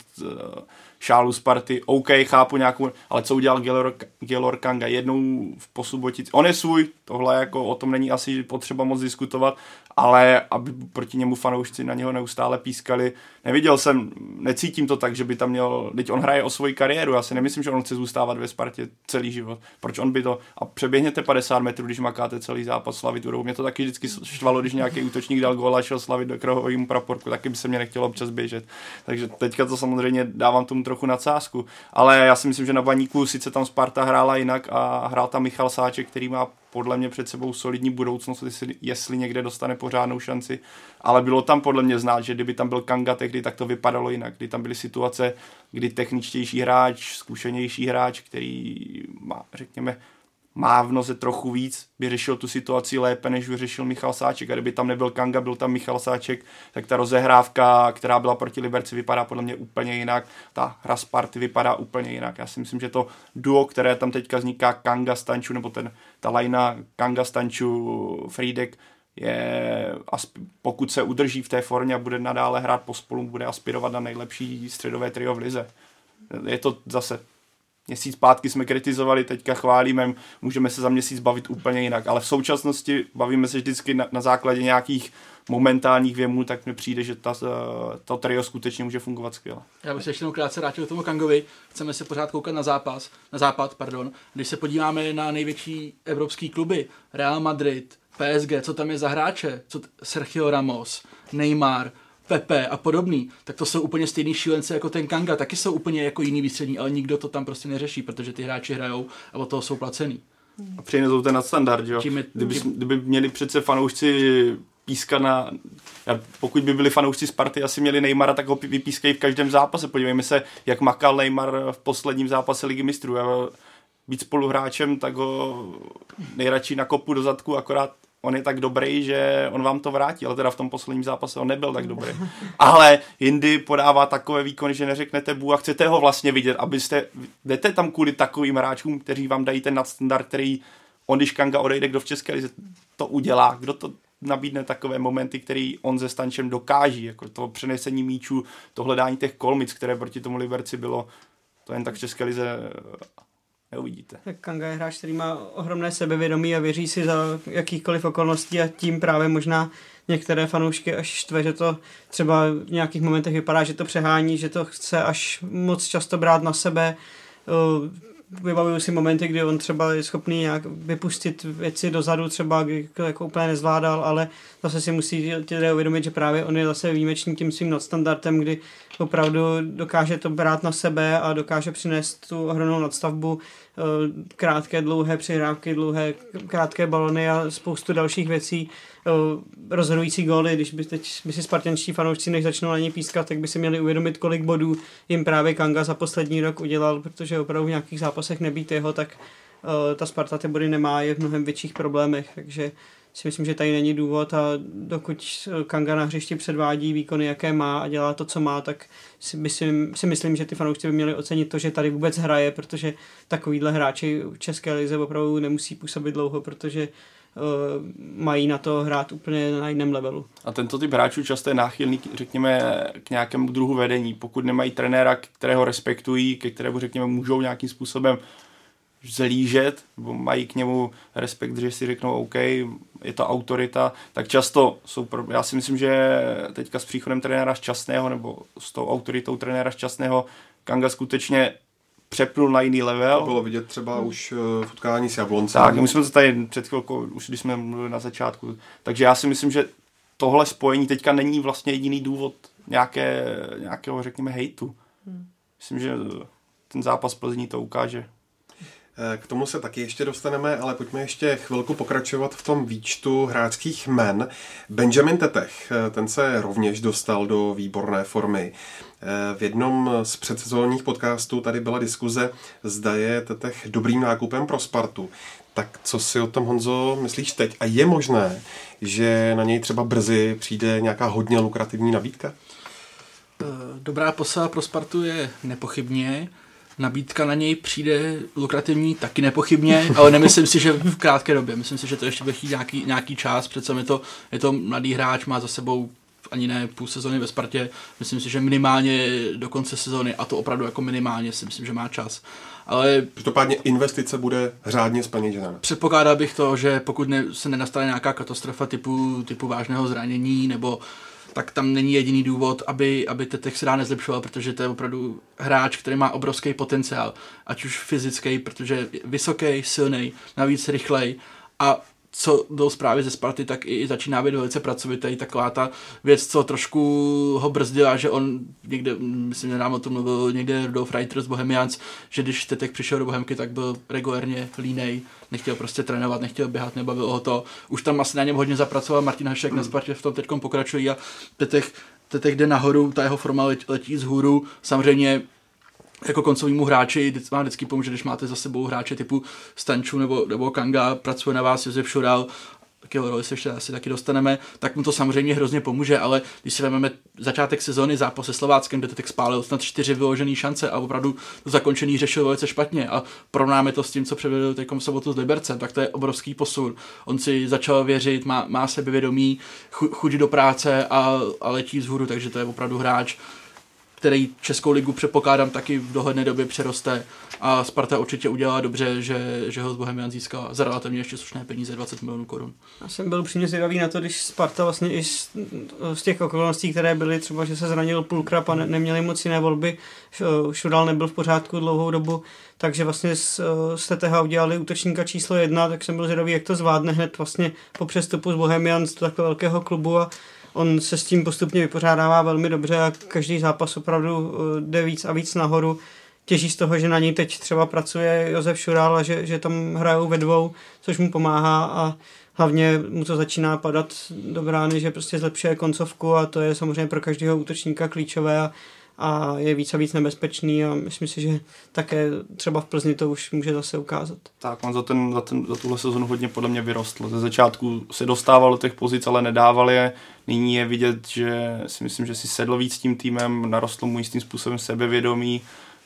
šálu Sparty. OK, chápu nějakou, ale co udělal Gelor Kanga jednou v Posubotici. On je svůj, tohle jako o tom není asi potřeba moc diskutovat, ale aby proti němu fanoušci na něho neustále pískali. Neviděl jsem, necítím to tak, že by tam měl, teď on hraje o svoji kariéru, já si nemyslím, že on chce zůstávat ve Spartě celý život. Proč on by to, a přeběhněte 50 metrů, když makáte celý zápas slavit úrovu. Mě to taky vždycky štvalo, když nějaký útočník dal gól a šel slavit do kruhovému praporku, taky by se mě nechtělo občas běžet. Takže teďka to samozřejmě dávám tomu trochu nadsázku, ale já si myslím, že na Baníku sice tam Sparta hrála jinak a hrál tam Michal Sáček, který má podle mě před sebou solidní budoucnost, jestli někde dostane pořádnou šanci, ale bylo tam podle mě znát, že kdyby tam byl Kanga tehdy, tak to vypadalo jinak, kdy tam byly situace, kdy techničtější hráč, zkušenější hráč, který má, řekněme, má v noze trochu víc, by řešil tu situaci lépe, než vyřešil Michal Sáček. A kdyby tam nebyl Kanga, byl tam Michal Sáček, tak ta rozehrávka, která byla proti Liberci, vypadá podle mě úplně jinak. Ta hra Sparty vypadá úplně jinak. Já si myslím, že to duo, které tam teďka vzniká, Kanga, Stanču, nebo ta lajna Kanga, Stanču, Frýdek, pokud se udrží v té formě a bude nadále hrát pospolu, bude aspirovat na nejlepší středové trio v lize. Je to zase měsíc zpátky jsme kritizovali, teďka chválíme, můžeme se za měsíc bavit úplně jinak, ale v současnosti bavíme se vždycky na základě nějakých momentálních věmů, tak mi přijde, že to trio skutečně může fungovat skvěle. Já bych se ještě krátce vrátil k tomu Kangovi. Chceme se pořád koukat na západ. Když se podíváme na největší evropský kluby, Real Madrid, PSG, co tam je za hráče, Sergio Ramos, Neymar, Pepe a podobný, tak to jsou úplně stejný šílenci jako ten Kanga, taky jsou úplně jako jiný výstřední, ale nikdo to tam prostě neřeší, protože ty hráči hrajou a od toho jsou placený. A přinesou ten nadstandard, jo? Kdyby měli přece fanoušci pískat pokud by byli fanoušci Sparty, asi měli Neymara, tak ho vypískají v každém zápase. Podívejme se, jak makal Neymar v posledním zápase Ligy mistrů. Být spoluhráčem, tak ho nejradši nakopu do zadku, akorát on je tak dobrý, že on vám to vrátí, ale teda v tom posledním zápase on nebyl tak dobrý. Ale jindy podává takové výkony, že neřeknete bu a chcete ho vlastně vidět, jdete tam kvůli takovým hráčům, kteří vám dají ten nadstandard, který on, když Kanga odejde, kdo v České lize to udělá, kdo to nabídne takové momenty, který on se Stančem dokáží, jako to přenesení míčů, to hledání těch kolmic, které proti tomu Liberci bylo, to jen tak v České lize neuvidíte. Tak Kanga je hráč, který má ohromné sebevědomí a věří si za jakýchkoliv okolností a tím právě možná některé fanoušky až štve, že to třeba v nějakých momentech vypadá, že to přehání, že to chce až moc často brát na sebe. Vybavuju si momenty, kdy on třeba je schopný nějak vypustit věci dozadu, třeba kdy jako úplně nezvládal, ale zase si musí lidé uvědomit, že právě on je zase výjimečný tím svým nadstandardem, kdy opravdu dokáže to brát na sebe a dokáže přinést tu ohromnou nadstavbu, krátké, dlouhé přihrávky, krátké balony a spoustu dalších věcí, rozhodující góly. Když by si spartanští fanoušci než začnou na ně pískat, tak by si měli uvědomit, kolik bodů jim právě Kanga za poslední rok udělal, protože opravdu v nějakých zápasech nebýt jeho, tak ta Sparta ty body nemá, je v mnohem větších problémech, takže si myslím, že tady není důvod a dokud Kanga na hřišti předvádí výkony, jaké má a dělá to, co má, tak si myslím, že ty fanoušci by měli ocenit to, že tady vůbec hraje, protože takovýhle hráči v České lize opravdu nemusí působit dlouho, protože mají na to hrát úplně na jiném levelu. A tento typ hráčů často je náchylný, řekněme, k nějakému druhu vedení. Pokud nemají trenéra, kterého respektují, ke kterému, řekněme, můžou nějakým způsobem zlížet, nebo mají k němu respekt, že si řeknou OK, je to autorita, tak často jsou já si myslím, že teďka s příchodem trenéra Šťastného nebo s tou autoritou trenéra Šťastného Kanga skutečně přepnul na jiný level. To bylo vidět třeba už v utkání s Jabloncem. Tak, my jsme to tady před chvilkou, už když jsme mluvili na začátku, takže já si myslím, že tohle spojení teďka není vlastně jediný důvod nějakého, řekněme, hejtu. Myslím, že ten zápas Plzní to ukáže. K tomu se taky ještě dostaneme, ale pojďme ještě chvilku pokračovat v tom výčtu hráčských jmen. Benjamin Tetech, ten se rovněž dostal do výborné formy. V jednom z předsezónních podcastů tady byla diskuze, zda je Tetech dobrým nákupem pro Spartu. Tak co si o tom, Honzo, myslíš teď? A je možné, že na něj třeba brzy přijde nějaká hodně lukrativní nabídka? Dobrá posila pro Spartu je nepochybně. Nabídka na něj přijde lukrativní taky nepochybně, ale nemyslím si, že v krátké době. Myslím si, že to ještě bude chtít nějaký čas, přece je to mladý hráč, má za sebou ani ne půl sezony ve Spartě. Myslím si, že minimálně do konce sezony, a to opravdu jako minimálně si myslím, že má čas. Ale každopádně investice bude řádně zpeněžená. Předpokládal bych to, že pokud se nenastane nějaká katastrofa typu vážného zranění, nebo tak tam není jediný důvod, aby Tetech se dál nezlepšoval, protože to je opravdu hráč, který má obrovský potenciál, ať už fyzický, protože je vysoký, silný, navíc rychlej, a co jdou zprávy ze Sparty, tak i začíná být velice pracovitý. Taková ta věc, co trošku ho brzdila, že on někde, myslím, že nám o tom mluvil někde Rudolf Reiter z Bohemians, že když Tetech přišel do Bohemky, tak byl regulérně línej, nechtěl prostě trénovat, nechtěl běhat, nebavilo ho to. Už tam asi na něm hodně zapracoval Martin Hašek, na Spartě v tom teďkom pokračují a Tetech jde nahoru, ta jeho forma letí vzhůru. Samozřejmě jako koncovýmu hráči vám vždycky pomůže, když máte za sebou hráče typu Stanču nebo Kanga, pracuje na vás Josef Šural, takyho roli se ještě asi taky dostaneme, tak mu to samozřejmě hrozně pomůže, ale když si vezmeme začátek sezóny, zápas se Slováckem, kde Tetech spálil snad 4 vyložené šance a opravdu to zakončení řešil velice špatně, a porovnáme to s tím, co předvedl teď v sobotu s Libercem, tak to je obrovský posun. On si začal věřit, má sebevědomí, chuť do práce a letí vzhůru, takže to je opravdu hráč, který Českou ligu předpokládám taky v dohledné době přeroste, a Sparta určitě udělala dobře, že ho z Bohemian získala za relativně ještě slušné peníze, 20 milionů korun. Já jsem byl přímě zvědavý na to, když Sparta vlastně i z těch okolností, které byly, třeba že se zranil Pulkrab a neměli moc jiné volby, Šural nebyl v pořádku dlouhou dobu, takže vlastně z Teteha udělali útočníka číslo 1, tak jsem byl zvědavý, jak to zvládne hned vlastně po přestupu z Bohemian do takového velkého klubu, a on se s tím postupně vypořádává velmi dobře a každý zápas opravdu jde víc a víc nahoru. Těží z toho, že na něj teď třeba pracuje Josef Šural a že tam hrajou ve dvou, což mu pomáhá, a hlavně mu to začíná padat do brány, že prostě zlepšuje koncovku, a to je samozřejmě pro každého útočníka klíčové a je víc a víc nebezpečný, a myslím si, že také třeba v Plzni to už může zase ukázat. Tak, on za tuhle sezonu hodně podle mě vyrostl. Ze začátku se dostával do těch pozic, ale nedával je. Nyní je vidět, že si myslím, že si sedl víc tím týmem, narostl mu jistým způsobem sebevědomí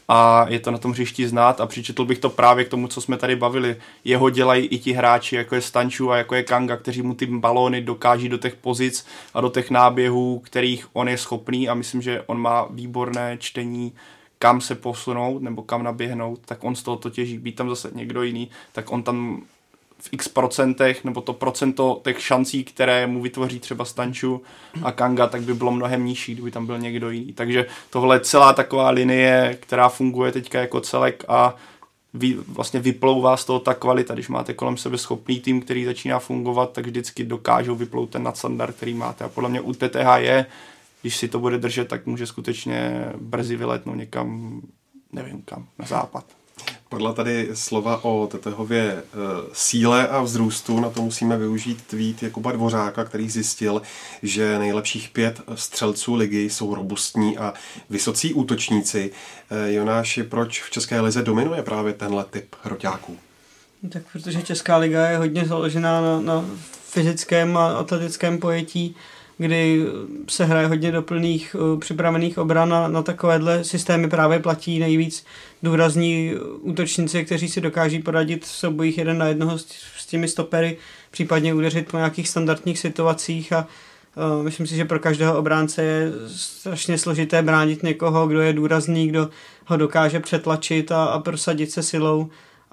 a je to na tom hřišti znát, a přičetl bych to právě k tomu, co jsme tady bavili. Jeho dělají i ti hráči, jako je Stanču a jako je Kanga, kteří mu ty balóny dokáží do těch pozic a do těch náběhů, kterých on je schopný, a myslím, že on má výborné čtení, kam se posunout nebo kam naběhnout, tak on z toho to těží. Být tam zase někdo jiný, tak on tam v x procentech, nebo to procento těch šancí, které mu vytvoří třeba Stanču a Kanga, tak by bylo mnohem nižší, kdyby tam byl někdo jiný. Takže tohle je celá taková linie, která funguje teďka jako celek a vlastně vyplouvá z toho ta kvalita. Když máte kolem sebe schopný tým, který začíná fungovat, tak vždycky dokážou vyplout ten nadstandard, který máte. A podle mě u TTH je, když si to bude držet, tak může skutečně brzy vyletnout někam, nevím kam, na západ. Padla tady slova o Tetehově síle a vzrůstu, na to musíme využít tweet Jakuba Dvořáka, který zjistil, že nejlepších 5 střelců ligy jsou robustní a vysocí útočníci. Jonáši, proč v České lize dominuje právě tenhle typ hroťáků? Tak protože Česká liga je hodně založená na fyzickém a atletickém pojetí, kdy se hraje hodně do plných připravených obran, na takovéhle systémy právě platí nejvíc důrazní útočníci, kteří si dokáží poradit v soubojích 1 na 1 s těmi stopery, případně udeřit po nějakých standardních situacích, a myslím si, že pro každého obránce je strašně složité bránit někoho, kdo je důrazný, kdo ho dokáže přetlačit a prosadit se silou.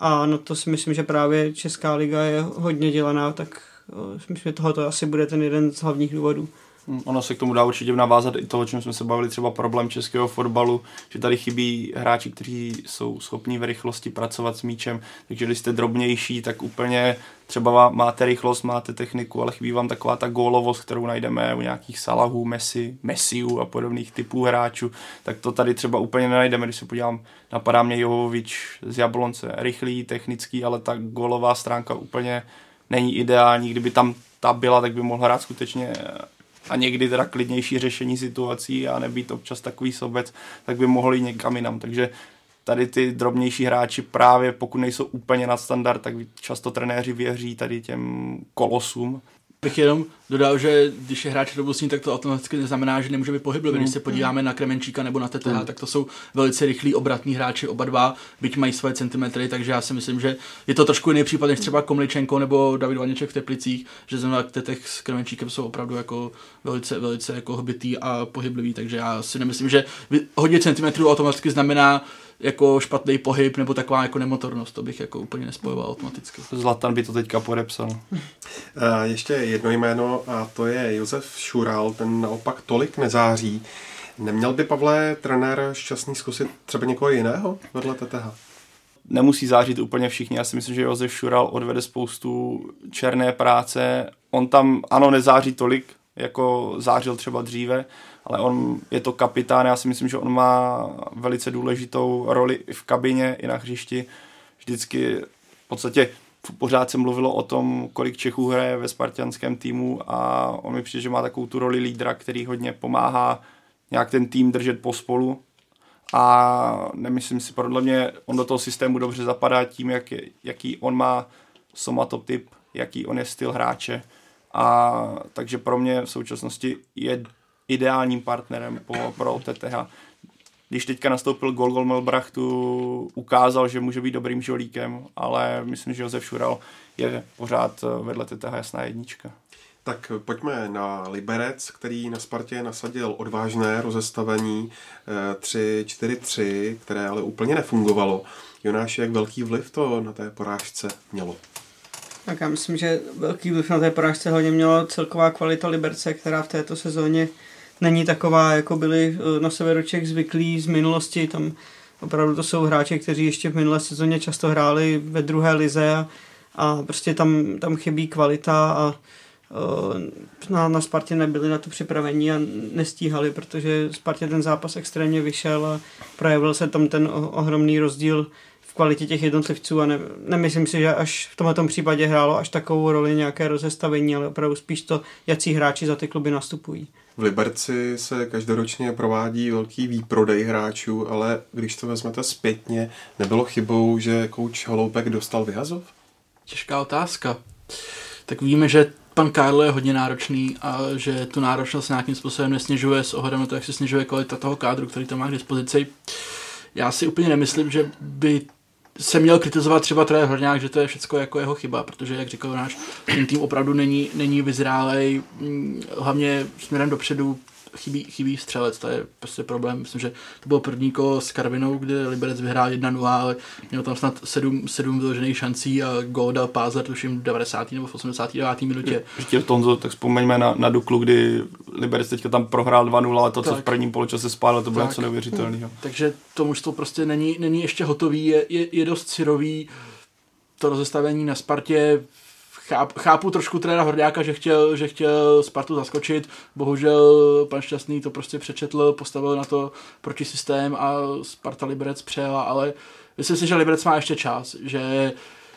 A no to si myslím, že právě Česká liga je hodně dělaná, tak myslím, že tohoto asi bude ten jeden z hlavních důvodů. Ono se k tomu dá určitě navázat i to, o čem jsme se bavili, třeba problém českého fotbalu, že tady chybí hráči, kteří jsou schopní v rychlosti pracovat s míčem, takže když jste drobnější, tak úplně třeba máte rychlost, máte techniku, ale chybí vám taková ta gólovost, kterou najdeme u nějakých Salahů, Messiů a podobných typů hráčů, tak to tady třeba úplně nenajdeme, když se podívám, napadá mě Jovovič z Jablonce, rychlý, technický, ale ta gólová stránka úplně není ideální, kdyby tam ta byla, tak by mohl hrát skutečně a někdy teda klidnější řešení situací a nebýt občas takový sobec, tak by mohli někam jinam. Takže tady ty drobnější hráči právě pokud nejsou úplně nad standard, tak často trenéři věří tady těm kolosům. Bych jenom dodal, že když je hráč robustní, tak to automaticky neznamená, že nemůže být pohyblivý. Když se podíváme na Kremenčíka nebo na TTH, tak to jsou velice rychlí, obratní hráči, oba dva, byť mají svoje centimetry, takže já si myslím, že je to trošku jiný případ než třeba Komličenko nebo David Vaněček v Teplicích, že zrovna Tetech s Kremenčíkem jsou opravdu jako velice jako hbitý a pohyblivý, takže já si nemyslím, že hodně centimetrů automaticky znamená jako špatný pohyb nebo taková jako nemotornost, to bych jako úplně nespojoval automaticky. Zlatan by to teďka podepsal. Ještě jedno jméno a to je Josef Šural, ten naopak tolik nezáří. Neměl by, Pavle, trenér Šťastný zkusit třeba někoho jiného vedle TTH? Nemusí zářit úplně všichni, já si myslím, že Josef Šural odvede spoustu černé práce, on tam ano nezáří tolik, jako zářil třeba dříve, ale on je to kapitán, já si myslím, že on má velice důležitou roli v kabině i na hřišti. Vždycky v podstatě pořád se mluvilo o tom, kolik Čechů hraje ve spartanském týmu a on mi přijde, že má takovou tu roli lídra, který hodně pomáhá nějak ten tým držet pospolu a nemyslím si, podle mě on do toho systému dobře zapadá tím, jaký on má somatotyp, jaký on je styl hráče a takže pro mě v současnosti je ideálním partnerem pro TTH. Když teďka nastoupil Golgol Melbrachtu, ukázal, že může být dobrým žolíkem, ale myslím, že Josef Šural je pořád vedle TTH jasná jednička. Tak pojďme na Liberec, který na Spartě nasadil odvážné rozestavení 3-4-3, které ale úplně nefungovalo. Jonáši, jak velký vliv to na té porážce mělo? Tak já myslím, že velký vliv na té porážce hlavně měla celková kvalita Liberce, která v této sezóně není taková, jako byli na severu Čech zvyklí z minulosti. Tam opravdu to jsou hráči, kteří ještě v minulé sezóně často hráli ve druhé lize a prostě tam chybí kvalita a na Spartě nebyli na to připravení a nestíhali, protože Spartě ten zápas extrémně vyšel a projevil se tam ten ohromný rozdíl v kvalitě těch jednotlivců a nemyslím si, že až v tomto případě hrálo až takovou roli nějaké rozestavení, ale opravdu spíš to, jací hráči za ty kluby nastupují. V Liberci se každoročně provádí velký výprodej hráčů, ale když to vezmete zpětně, nebylo chybou, že kouč Holoubek dostal vyhazov? Těžká otázka. Tak víme, že pan Karlo je hodně náročný a že tu náročnost nějakým způsobem nesnižuje s ohledem na to, jak se snižuje kvalita toho kádru, který tam má k dispozici. Já si úplně nemyslím, že by se měl kritizovat třeba trenér Horňák, že to je všecko jako jeho chyba, protože, jak říkal náš, ten tým opravdu není vyzrálej, hlavně směrem dopředu chybí střelec, to je prostě problém. Myslím, že to bylo první kolo s Karvinou, kde Liberec vyhrál 1-0, ale měl tam snad 7 vyložených šancí a gól dal Pázler, tuším v 90. nebo v 89. minutě. Ještě Tonzo, tak vzpomeňme na Duklu, kdy Liberec teďka tam prohrál 2-0, ale to, co v prvním poločase spálil, to bylo něco neuvěřitelného. Takže to mužstvo prostě není ještě hotový, je dost syrový. To rozestavení na Spartě, chápu trošku trenéra Horňáka, že chtěl Spartu zaskočit, bohužel pan Šťastný to prostě přečetl, postavil na to protisystém a Sparta Liberec přejela, ale myslím si, že Liberec má ještě čas, že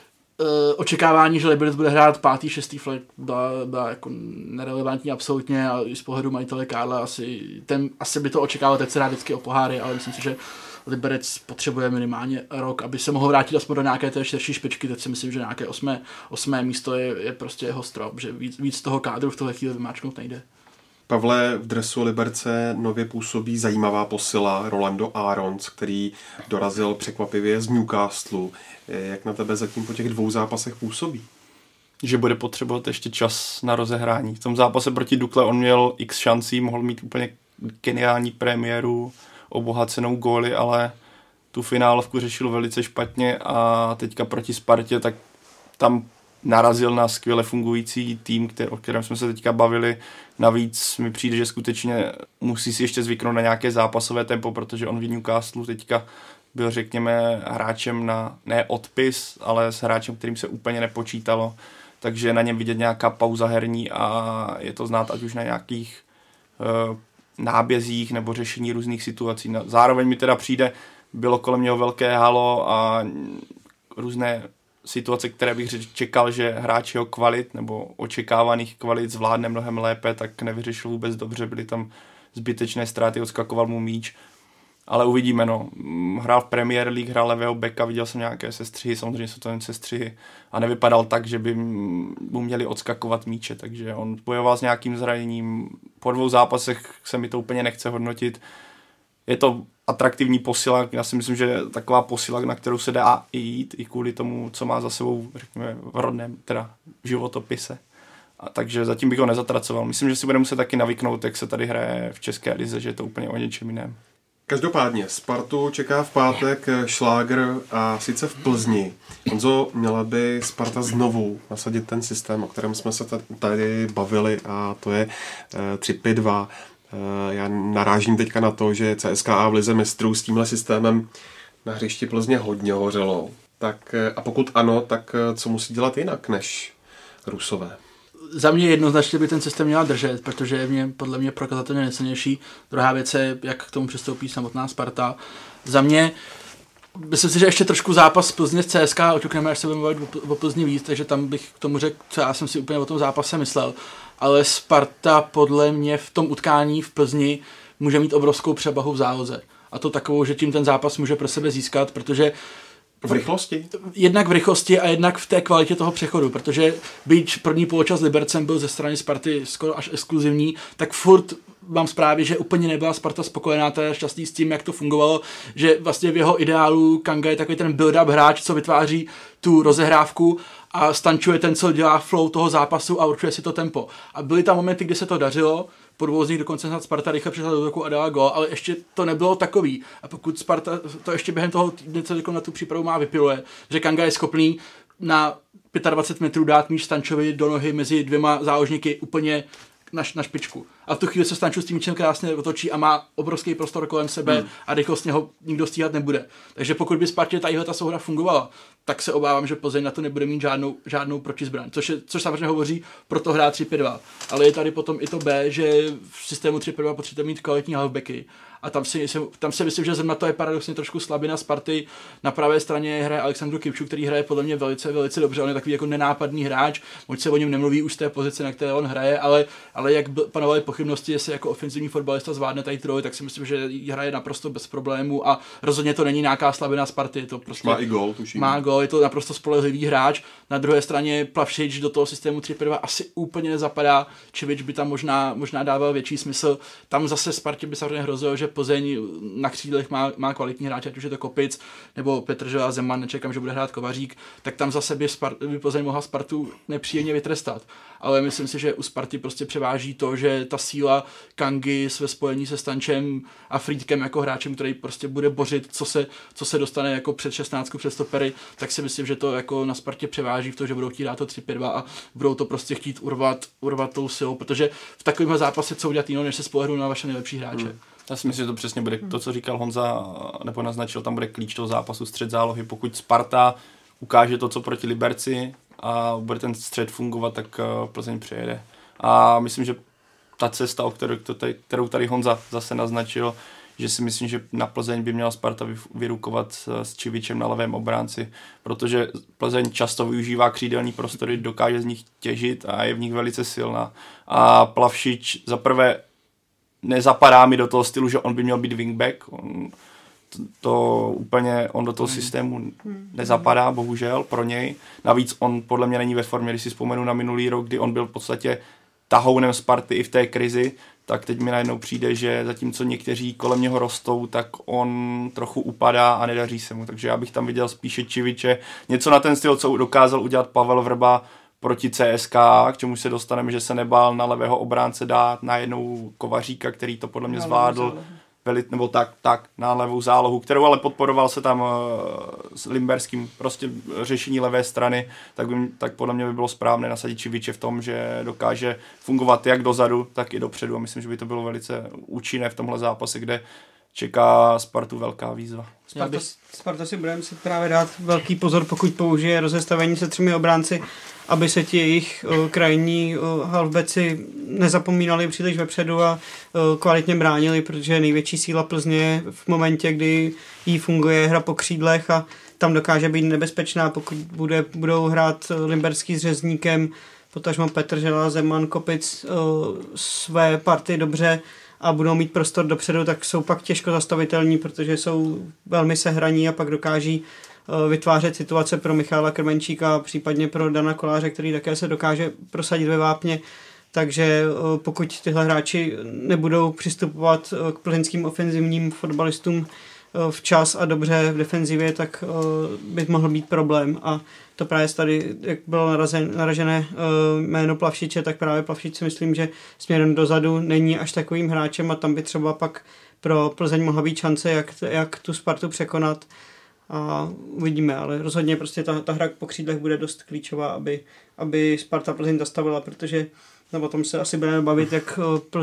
očekávání, že Liberec bude hrát 5., 6. flag byla jako nerelevantní absolutně a i z pohledu majitele Karla asi by to očekával, teď se dá vždycky o poháry, ale myslím si, že Liberec potřebuje minimálně rok, aby se mohl vrátit aspoň do nějaké té širší špičky, teď si myslím, že nějaké 8. místo je prostě jeho strop, že víc toho kádru v tohle chvíli vymáčknout nejde. Pavle, v dresu Liberce nově působí zajímavá posila Rolando Arons, který dorazil překvapivě z Newcastlu. Jak na tebe zatím po těch 2 zápasech působí? Že bude potřebovat ještě čas na rozehrání. V tom zápase proti Dukle on měl x šancí, mohl mít úplně geniální premiéru, obohacenou góly, ale tu finálovku řešil velice špatně a teďka proti Spartě, tak tam narazil na skvěle fungující tým, o kterém jsme se teďka bavili. Navíc mi přijde, že skutečně musí si ještě zvyknout na nějaké zápasové tempo, protože on v Newcastlu teďka byl, řekněme, hráčem na ne odpis, ale s hráčem, kterým se úplně nepočítalo. Takže na něm vidět nějaká pauza herní a je to znát ať už na nějakých nábězích nebo řešení různých situací. Zároveň mi teda přijde, bylo kolem něho velké halo a různé situace, které bych čekal, že hráč jeho kvalit nebo očekávaných kvalit zvládne mnohem lépe, tak nevyřešil vůbec dobře, byly tam zbytečné ztráty, odskakoval mu míč. Ale uvidíme, no. Hrál v Premier League, hrál levého beka, viděl jsem nějaké sestřihy, samozřejmě jsou to jen sestřihy a nevypadal tak, že by mu měli odskakovat míče, takže on bojoval s nějakým zraněním. Po 2 zápasech se mi to úplně nechce hodnotit. Je to atraktivní posila, já si myslím, že taková posila, na kterou se dá i jít, i kvůli tomu, co má za sebou, řekněme, v rodném, teda životopise. A takže zatím bych ho nezatracoval. Myslím, že si bude muset taky navyknout, jak se tady hraje v České lize, že je to úplně o něčem jiném. Každopádně Spartu čeká v pátek šlágr a sice v Plzni. Honzo, měla by Sparta znovu nasadit ten systém, o kterém jsme se tady bavili, a to je 3-5-2. Já narážím teďka na to, že CSKA v lize mistrů s tímhle systémem na hřišti Plzně hodně hořelo. Tak, a pokud ano, tak co musí dělat jinak než Rusové? Za mě jednoznačně by ten systém měla držet, protože je podle mě prokazatelně nejsilnější. Druhá věc je, jak k tomu přistoupí samotná Sparta. Za mě, myslím si, že ještě trošku zápas Plzně s CSKA oťukneme, až se budeme mluvit o Plzni víc, takže tam bych k tomu řekl, co já jsem si úplně o tom zápase myslel. Ale Sparta podle mě v tom utkání v Plzni může mít obrovskou převahu v záloze. A to takovou, že tím ten zápas může pro sebe získat, protože v rychlosti? Jednak v rychlosti a jednak v té kvalitě toho přechodu, protože byť první poločas Libercem byl ze strany Sparty skoro až exkluzivní, tak furt mám zprávy, že úplně nebyla Sparta spokojená, teda šťastný s tím, jak to fungovalo, že vlastně v jeho ideálu Kanga je takový ten build-up hráč, co vytváří tu rozehrávku a Stanču je ten, co dělá flow toho zápasu a určuje si to tempo. A byly tam momenty, kdy se to dařilo, po 2 z nich dokonce snad Sparta rychle přišla do útoku a dala gól, ale ještě to nebylo takový. A pokud Sparta to ještě během toho týdne, co na tu přípravu má, vypiluje, že Kanga je schopný na 25 metrů dát míč Stančovi do nohy mezi 2 záložníky úplně na špičku. A v tu chvíli se Stanču s tím míčem krásně otočí a má obrovský prostor kolem sebe a rychlostně ho nikdo stíhat nebude. Takže pokud by Spartě ta souhra fungovala, tak se obávám, že Plzeň na to nebude mít žádnou protizbraň. Což samozřejmě hovoří pro to hrát 3-5-2. Ale je tady potom i to B, že v systému 3-5-2 potřebujete mít kvalitní halfbacky. A tam si myslím, že zrovna to je paradoxně trošku slabina Sparty. Na pravé straně hraje Alexandru Kipču, který hraje podle mě velice, velice dobře. On je takový jako nenápadný hráč, moc se o něm nemluví už z té pozice, na které on hraje, ale jak panovaly pochybnosti, jestli jako ofenzivní fotbalista zvládne tady troj, tak si myslím, že hraje naprosto bez problémů a rozhodně to není nějaká slabina Sparty. Je to prostě má i gól, tuším. Má gól, je to naprosto spolehlivý hráč. Na druhé straně Plavšič do toho systému 3-5-2 asi úplně nezapadá. Čivič by tam možná dával větší smysl. Tam zase Spartě by samozřejmě hrozilo, že Plzeň na křídlech má kvalitní hráče, ať už je to Kopic nebo Petržela, Zeman, nečekám, že bude hrát Kovařík, tak tam zase by Plzeň mohla Spartu nepříjemně vytrestat. Ale myslím si, že u Sparty prostě převáží to, že ta síla Kangy ve spojení se Stančem a Frýdkem jako hráčem, který prostě bude bořit, co se dostane jako před 16 před stopery, tak si myslím, že to jako na Spartě převáží v tom, že budou chtít dát to 3-5-2 a budou to prostě chtít urvat tou silou, protože v takovém zápase co udělat jiného, než se spolehnout na vaše nejlepší hráče. Já si myslím, že to přesně bude to, co říkal Honza, nebo naznačil, tam bude klíč toho zápasu, střed zálohy. Pokud Sparta ukáže to, co proti Liberci a bude ten střed fungovat, tak Plzeň přijede. A myslím, že ta cesta, kterou tady Honza zase naznačil, že si myslím, že na Plzeň by měla Sparta vyrukovat s Čivičem na levém obránci, protože Plzeň často využívá křídelní prostory, dokáže z nich těžit a je v nich velice silná. A Plavšič zaprvé nezapadá mi do toho stylu, že on by měl být wingback, on do toho systému nezapadá, bohužel, pro něj. Navíc on podle mě není ve formě, když si vzpomenu na minulý rok, kdy on byl v podstatě tahounem Sparty i v té krizi, tak teď mi najednou přijde, že zatímco někteří kolem něho rostou, tak on trochu upadá a nedaří se mu. Takže já bych tam viděl spíše Čiviče, něco na ten styl, co dokázal udělat Pavel Vrba proti CSKA, k čemu se dostaneme, že se nebál na levého obránce dát najednou Kovaříka, který to podle mě zvládl nebo tak na levou zálohu, kterou ale podporoval se tam s Limberským, prostě řešení levé strany, tak podle mě by bylo správné nasadit Čiviče v tom, že dokáže fungovat jak dozadu, tak i dopředu a myslím, že by to bylo velice účinné v tomhle zápase, kde čeká Spartu velká výzva. Sparta si bude muset právě dát velký pozor, pokud použije rozestavení se 3 obránci, aby se ti jejich krajní halfbacki nezapomínali příliš vepředu a kvalitně bránili, protože největší síla Plzně je v momentě, kdy jí funguje hra po křídlech a tam dokáže být nebezpečná, pokud budou hrát Limberský s Řezníkem, potažmo Petržela, Zeman, Kopic své party dobře a budou mít prostor dopředu, tak jsou pak těžko zastavitelní, protože jsou velmi sehraní a pak dokáží vytvářet situace pro Michala Krmenčíka, případně pro Dana Koláře, který také se dokáže prosadit ve vápně. Takže pokud tyhle hráči nebudou přistupovat k plzeňským ofenzivním fotbalistům včas a dobře v defenzivě, tak by mohl být problém. A to právě tady, jak bylo naražené jméno Plavšiče, tak právě Plavšič si myslím, že směrem dozadu není až takovým hráčem a tam by třeba pak pro Plzeň mohla být šance, jak tu Spartu překonat. A uvidíme, ale rozhodně prostě ta hra po křídlech bude dost klíčová, aby Sparta Plzeň zastavila, protože o tom se asi budeme bavit, jak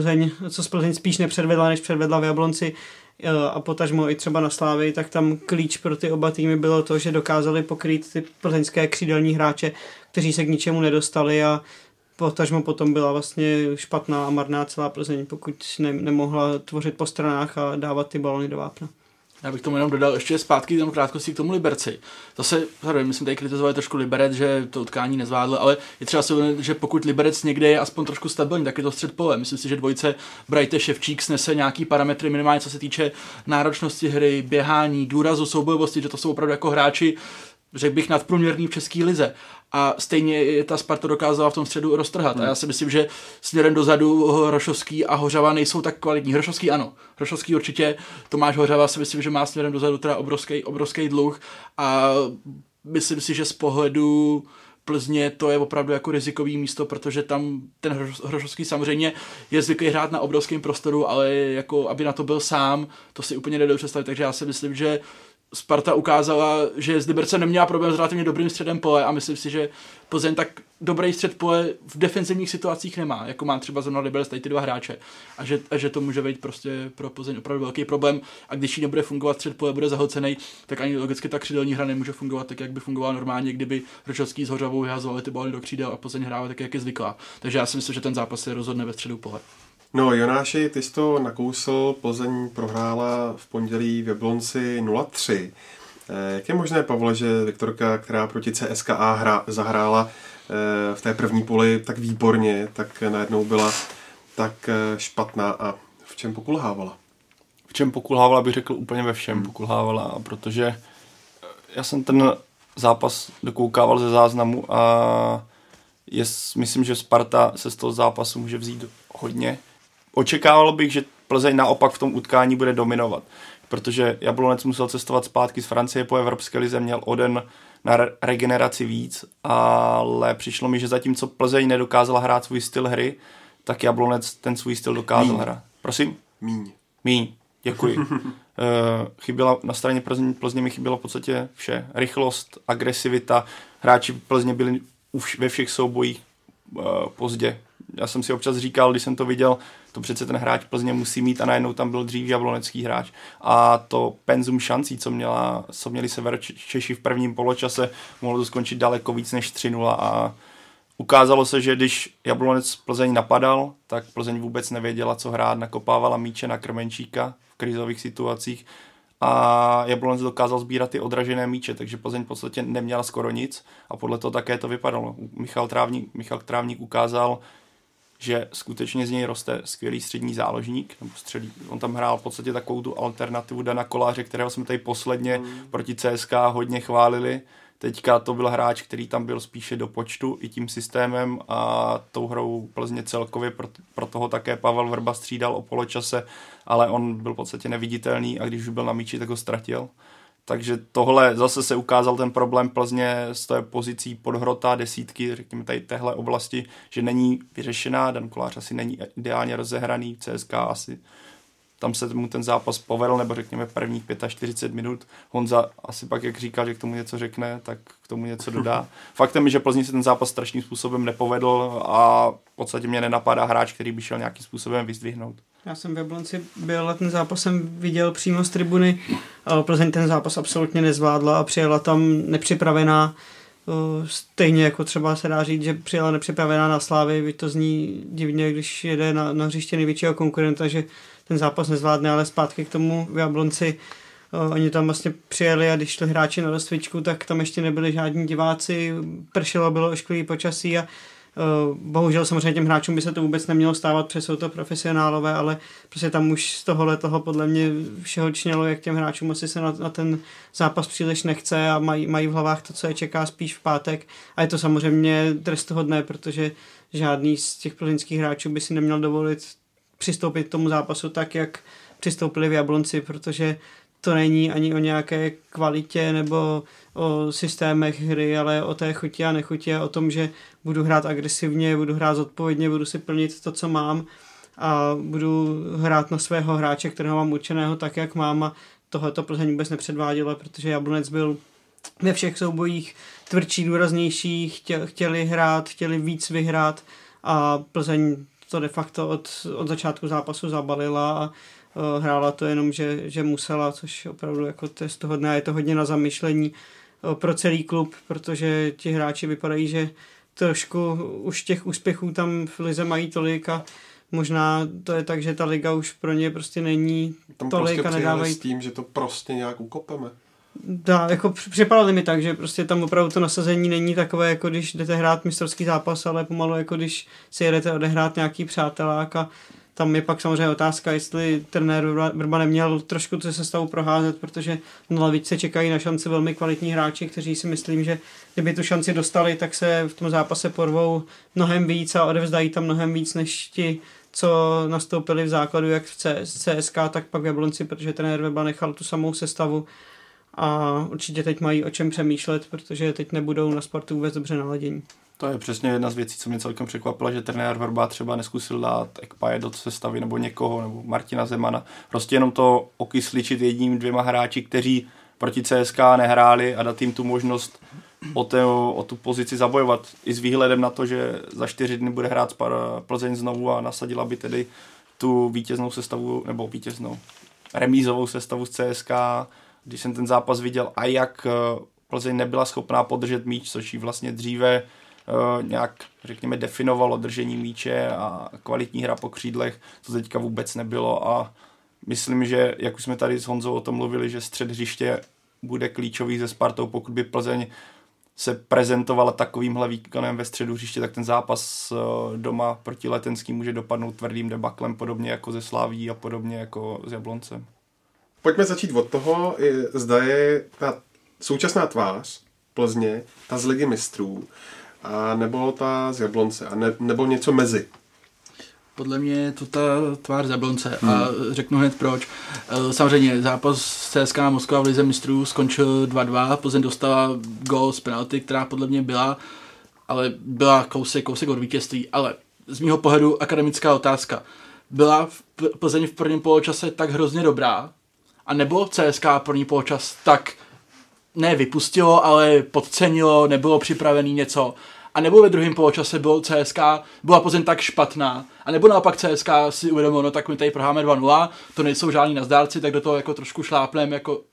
Plzeň spíš nepředvedla, než předvedla v Jablonci a potažmo i třeba na Slávii, tak tam klíč pro ty oba týmy bylo to, že dokázali pokrýt ty plzeňské křídelní hráče, kteří se k ničemu nedostali a potažmo potom byla vlastně špatná a marná celá Plzeň, pokud nemohla tvořit po stranách a dávat ty balony do vápna. Já bych tomu jenom dodal ještě zpátky jenom krátkosti k tomu Liberci. Zase, my jsme tady kritizovali trošku Liberec, že to utkání nezvládl, ale je třeba si uvědomit, že pokud Liberec někde je aspoň trošku stabilní, tak je to střed pole. Myslím si, že dvojice Brajte Ševčík snese nějaký parametry minimálně, co se týče náročnosti hry, běhání, důrazu, soubojovosti, že to jsou opravdu jako hráči, řekl bych, nadprůměrný v české lize. A stejně ta Sparta dokázala v tom středu roztrhat. A já si myslím, že směrem dozadu Hrošovský a Hořava nejsou tak kvalitní. Hrošovský ano. Hrošovský určitě. Tomáš Hořava si myslím, že má směrem dozadu teda obrovský dluh. A myslím si, že z pohledu Plzně to je opravdu jako rizikový místo, protože tam ten Hrošovský samozřejmě je zvyklý hrát na obrovském prostoru, ale jako aby na to byl sám, to si úplně nedou představit. Takže já si myslím, že Sparta ukázala, že s Libercem neměla problém s relativně dobrým středem pole a myslím si, že Plzeň tak dobrý střed pole v defenzivních situacích nemá, jako má třeba zrovna Liberec tady ty dva hráče. A že to může být prostě pro Plzeň opravdu velký problém a když jí nebude fungovat střed pole, bude zahlcený, tak ani logicky ta křídelní hra nemůže fungovat tak, jak by fungovala normálně, kdyby Hrošovský s Hořavou vyhazovali ty balony do křídel a Plzeň hrála tak, jak je zvyklá. Takže já si myslím, že ten zápas se rozhodne ve středu pole. No Jonáši, ty jsi to nakousl, Plzeň prohrála v pondělí v Jablonci 0-3. Jak je možné, Pavle, že Viktorka, která proti CSKA zahrála v té první poli tak výborně, tak najednou byla tak špatná a v čem pokulhávala? V čem pokulhávala, bych řekl úplně ve všem pokulhávala, protože já jsem ten zápas dokoukával ze záznamu a myslím, že Sparta se z toho zápasu může vzít hodně. Očekával bych, že Plzeň naopak v tom utkání bude dominovat, protože Jablonec musel cestovat zpátky z Francie po Evropské lize, měl o den na regeneraci víc, ale přišlo mi, že zatímco Plzeň nedokázala hrát svůj styl hry, tak Jablonec ten svůj styl dokázal hrát. Prosím? Míň. Děkuji. Chyběla na straně Plzně mi chybělo v podstatě vše. Rychlost, agresivita, hráči Plzně byli už ve všech soubojích pozdě. Já jsem si občas říkal, když jsem to viděl, to přece ten hráč Plzně musí mít a najednou tam byl dřív jablonecký hráč. A to penzum šancí, co měli Severočeši v prvním poločase, mohlo to skončit daleko víc než 3-0 a ukázalo se, že když Jablonec Plzeň napadal, tak Plzeň vůbec nevěděla, co hrát, nakopávala míče na Krmenčíka v krizových situacích a Jablonec dokázal sbírat ty odražené míče, takže Plzeň v podstatě neměla skoro nic a podle toho také to vypadalo. Michal Trávník ukázal, že skutečně z něj roste skvělý střední záložník, nebo on tam hrál v podstatě takovou tu alternativu Dana Koláře, kterého jsme tady posledně proti CSKA hodně chválili. Teďka to byl hráč, který tam byl spíše do počtu i tím systémem a tou hrou Plzně celkově, pro toho také Pavel Vrba střídal o poločase, ale on byl v podstatě neviditelný a když už byl na míči, tak ho ztratil. Takže tohle zase se ukázal ten problém Plzně z té pozicí podhrota desítky, řekněme tady téhle oblasti, že není vyřešená, Dan Kolář asi není ideálně rozehraný, CSKA asi tam se mu ten zápas povedl, nebo řekněme prvních 45 minut. Honza asi pak, jak říká, že k tomu něco řekne, tak k tomu něco dodá. Faktem je, že Plzni se ten zápas strašným způsobem nepovedl a v podstatě mě nenapadá hráč, který by šel nějakým způsobem vyzdvihnout. Já jsem v Jablonci byl a ten zápas jsem viděl přímo z tribuny. Plzeň ten zápas absolutně nezvládla a přijela tam nepřipravená. Stejně jako třeba se dá říct, že přijela nepřipravená na Slávy, to zní divně, když jede na hřiště největšího konkurenta, že ten zápas nezvládne, ale zpátky k tomu v Jablonci. Oni tam vlastně přijeli a když šli hráči na rozcvičku, tak tam ještě nebyli žádní diváci, pršelo, bylo ošklivý počasí a bohužel samozřejmě těm hráčům by se to vůbec nemělo stávat, protože jsou to profesionálové, ale prostě tam už z toho podle mě všeho čnělo, jak těm hráčům asi se na ten zápas příliš nechce a mají v hlavách to, co je čeká spíš v pátek a je to samozřejmě trestuhodné, protože žádný z těch plzeňských hráčů by si neměl dovolit přistoupit k tomu zápasu tak, jak přistoupili v Jablonci, protože to není ani o nějaké kvalitě nebo o systémech hry, ale o té chuti a nechuti a o tom, že budu hrát agresivně, budu hrát zodpovědně, budu si plnit to, co mám a budu hrát na svého hráče, kterého mám určeného tak, jak mám a tohleto Plzeň vůbec nepředváděla, protože Jablonec byl ve všech soubojích tvrdší, důraznější, chtěli hrát, chtěli víc vyhrát a Plzeň to de facto od začátku zápasu zabalila a hrála to jenom, že musela, což opravdu jako trestuhodné a je to hodně na zamyšlení pro celý klub, protože ti hráči vypadají, že trošku už těch úspěchů tam v lize mají tolik a možná to je tak, že ta liga už pro ně prostě není tam tolik prostě a nedávají. S tím, že to prostě nějak ukopeme. Dá, jako připadalo mi tak, že prostě tam opravdu to nasazení není takové, jako když jdete hrát mistrovský zápas, ale pomalu jako když si jedete odehrát nějaký přátelák a tam je pak samozřejmě otázka, jestli trenér Vrba neměl trošku tu sestavu proházet, protože na lavičce čekají na šanci velmi kvalitní hráči, kteří si myslím, že kdyby tu šanci dostali, tak se v tom zápase porvou mnohem víc a odevzdají tam mnohem víc než ti, co nastoupili v základu jak v CSK, tak pak v Jablonci, protože trenér Vrba nechal tu samou sestavu a určitě teď mají o čem přemýšlet, protože teď nebudou na Spartu vůbec dobře naladění. To je přesně jedna z věcí, co mě celkem překvapila, že trenér Vrba třeba neskusil dát Ekpaje do sestavy nebo někoho, nebo Martina Zemana. Prostě jenom to okysličit jedním, dvěma hráči, kteří proti CSK nehráli a dát jim tu možnost o tu pozici zabojovat. I s výhledem na to, že za 4 dny bude hrát Plzeň znovu a nasadila by tedy tu vítěznou sestavu, nebo remízovou sestavu z CSK. Když jsem ten zápas viděl a jak Plzeň nebyla schopná podržet míč, což jí vlastně dříve nějak, řekněme, definovalo držení míče a kvalitní hra po křídlech, to teďka vůbec nebylo a myslím, že, jak už jsme tady s Honzou o tom mluvili, že střed hřiště bude klíčový se Spartou, pokud by Plzeň se prezentovala takovýmhle výkonem ve středu hřiště, tak ten zápas doma proti Letenským může dopadnout tvrdým debaklem, podobně jako ze Slaví a podobně jako s Jabloncem. Pojďme začít od toho, zda je ta současná tvář Plzně, ta z Ligy mistrů, a nebo ta z Jablonce, a nebo něco mezi. Podle mě je to ta tvář z Jablonce a řeknu hned proč. Samozřejmě zápas CSK Moskva v Lize mistrů skončil 2-2, Plzeň dostala gól z penalty, která podle mě byla, ale byla kousek od vítězství, ale z mýho pohledu akademická otázka. Byla Plzeň v prvním poločase tak hrozně dobrá, a nebo CSK první poločas tak ne vypustilo, ale podcenilo, nebylo připravený něco. A nebo ve druhém poločase byla Plzeň tak špatná. A nebo naopak CSK si uvědomilo, no tak my tady prohráme 2-0, to nejsou žádní nazdárci, tak do toho jako trošku šlápnem, jako...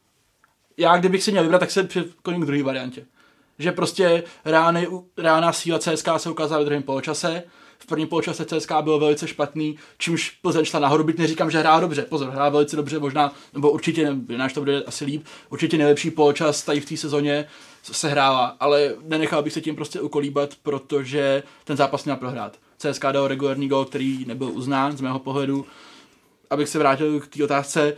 Já kdybych si měl vybrat, tak se přikloním k druhé variantě. Že prostě reálná síla CSK se ukázala ve druhém poločase, v prvním poločase CSK bylo velice špatný, čímž Plzeň šla nahoru, byť neříkám, že hrá dobře, pozor, hrá velice dobře, možná, nebo určitě, náš to bude asi líp, určitě nejlepší poločas tady v té sezóně se hrála, ale nenechal bych se tím prostě ukolíbat, protože ten zápas měl prohrát. CSK dal regulární gól, který nebyl uznán z mého pohledu. Abych se vrátil k té otázce,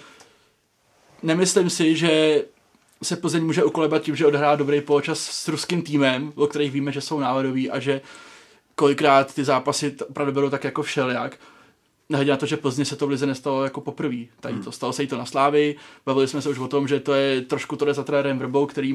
nemyslím si, že se Plzeň může ukolébat tím, že odehrá dobrý poločas s ruským týmem, o kterých víme, že jsou návadoví a že kolikrát ty zápasy opravdu berou tak jako všelijak. nehledě na to, že Plzni se to v lize nestalo jako poprvé. Tady to stalo se jí to na Slávii. Bavili jsme se už o tom, že to je trošku to jde za trenérem Vrbou, který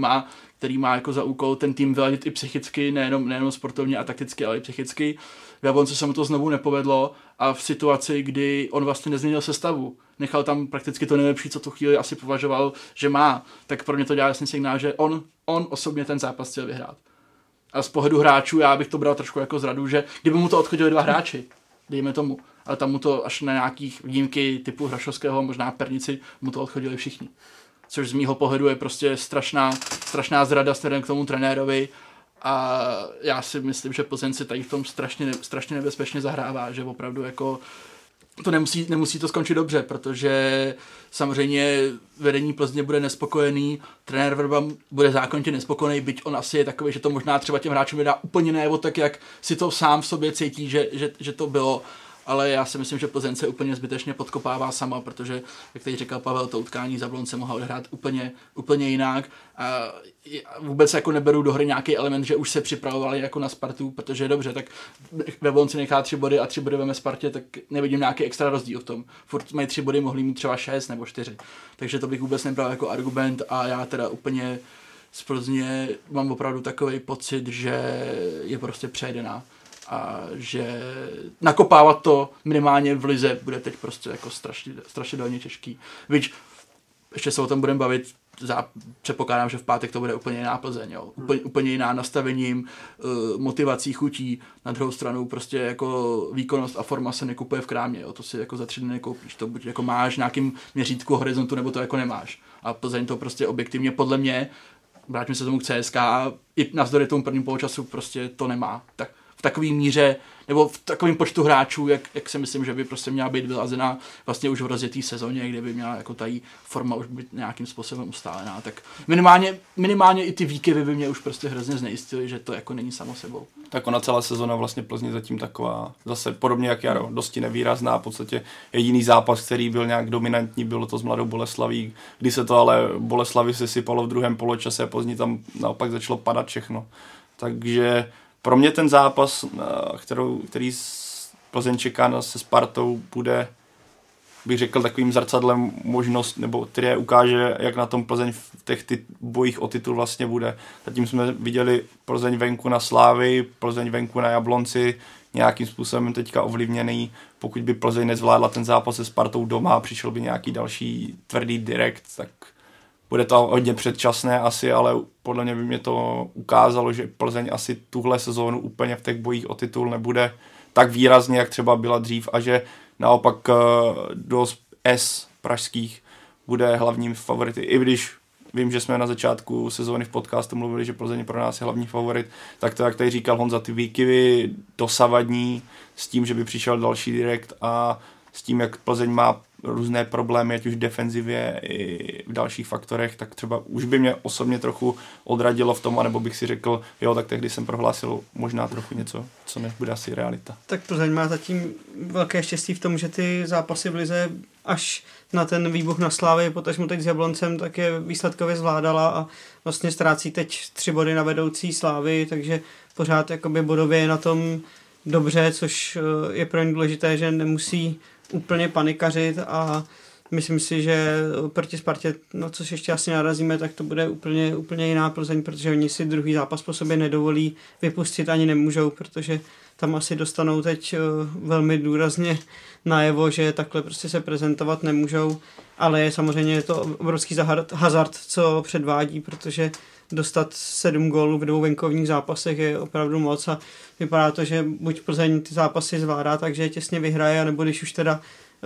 má jako za úkol ten tým vyladit i psychicky, nejenom sportovně a takticky, ale i psychicky. V Jablonci se mu to znovu nepovedlo a v situaci, kdy on vlastně nezměnil sestavu, nechal tam prakticky to nejlepší, co tu chvíli asi považoval, že má, tak pro mě to dělá jasný signál, že on osobně ten zápas chtěl vyhrát. A z pohledu hráčů já bych to bral trošku jako zradu, že kdyby mu to odchodili 2 hráči, dejme tomu, ale tam mu to až na nějakých výjimky typu Hrašovského, možná Pernici, mu to odchodili všichni. Což z mýho pohledu je prostě strašná zrada směrem k tomu trenérovi a já si myslím, že Plzeň si tady v tom strašně nebezpečně zahrává, že opravdu jako to nemusí to skončit dobře, protože samozřejmě vedení Plzně bude nespokojený, trenér Vrba bude zákonitě nespokojený, byť on asi je takový, že to možná třeba těm hráčům nedá úplně najevo tak, jak si to sám v sobě cítí, že to bylo, ale já si myslím, že Plzeň se úplně zbytečně podkopává sama, protože, jak tady říkal Pavel, to utkání za Jablonce mohla odehrát úplně jinak a vůbec jako neberu do hry nějaký element, že už se připravovali jako na Spartu, protože dobře, tak ve Jablonci nechá 3 body a 3 body veme Spartě, tak nevidím nějaký extra rozdíl v tom. Furt mají 3 body, mohli mít třeba 6 nebo 4, takže to bych vůbec nebral jako argument a já teda úplně z Plzně mám opravdu takový pocit, že je prostě přejedená. A že nakopávat to minimálně v lize bude teď prostě jako strašidelně těžký. Víš, ještě se o tom budeme bavit, předpokládám, že v pátek to bude úplně jiná Plzeň, jo. Úplně jiná nastavením, motivací, chutí, na druhou stranu prostě jako výkonnost a forma se nekupuje v krámě, jo. To si jako za 3 dny nekoupíš, to buď jako máš v nějakým měřítku horizontu, nebo to jako nemáš. A Plzeň to prostě objektivně podle mě, vrátíme se tomu k CSK, i navzdory tomu prvním poločasu prostě to nemá. Tak v takové míře, nebo v takovém počtu hráčů, jak si myslím, že by prostě měla být vylazená vlastně už v rozjetý sezóně, kde by měla jako tají forma už být nějakým způsobem ustálená. Tak minimálně i ty výkyvy by mě už prostě hrozně znejistily, že to jako není samo sebou. Tak ona celá sezona vlastně Plzni zatím taková, zase podobně jak Jaro, dosti nevýrazná, v podstatě jediný zápas, který byl nějak dominantní, bylo to s Mladou Boleslaví, kdy se to ale Boleslavi sesypalo v druhém poločase a Plzni tam naopak začalo padat všechno. Takže pro mě ten zápas, který Plzeň čeká se Spartou, bude, bych řekl, takovým zrcadlem možnost, nebo který ukáže, jak na tom Plzeň v těch bojích o titul vlastně bude. Zatím jsme viděli Plzeň venku na Slávii, Plzeň venku na Jablonci, nějakým způsobem teďka ovlivněný. Pokud by Plzeň nezvládla ten zápas se Spartou doma a přišel by nějaký další tvrdý direkt, tak bude to hodně předčasné asi, ale podle mě by mě to ukázalo, že Plzeň asi tuhle sezónu úplně v těch bojích o titul nebude tak výrazně, jak třeba byla dřív a že naopak do S pražských bude hlavním favority. I když vím, že jsme na začátku sezóny v podcastu mluvili, že Plzeň pro nás je hlavní favorit, tak to, jak tady říkal Honza, ty výkyvy dosavadní s tím, že by přišel další direkt a s tím, jak Plzeň má různé problémy, ať už v defenzivě i v dalších faktorech, tak třeba už by mě osobně trochu odradilo v tom, anebo bych si řekl, jo, tak tehdy jsem prohlásil možná trochu něco, co nebude asi realita. Tak Plzeň má zatím velké štěstí v tom, že ty zápasy v lize až na ten výbuch na Slávii, potažmo teď s Jabloncem, tak je výsledkově zvládala a vlastně ztrácí teď 3 body na vedoucí Slávii, takže pořád jakoby bodově je na tom dobře, což je pro ně důležité, že nemusí úplně panikařit a myslím si, že proti Spartě, no což ještě asi narazíme, tak to bude úplně jiná Plzeň, protože oni si druhý zápas po sobě nedovolí vypustit, ani nemůžou, protože tam asi dostanou teď velmi důrazně najevo, že takhle prostě se prezentovat nemůžou, ale samozřejmě je to obrovský hazard, co předvádí, protože dostat 7 gólů v 2 venkovních zápasech je opravdu moc a vypadá to, že buď Plzeň ty zápasy zvládá, takže je těsně vyhraje, nebo když už teda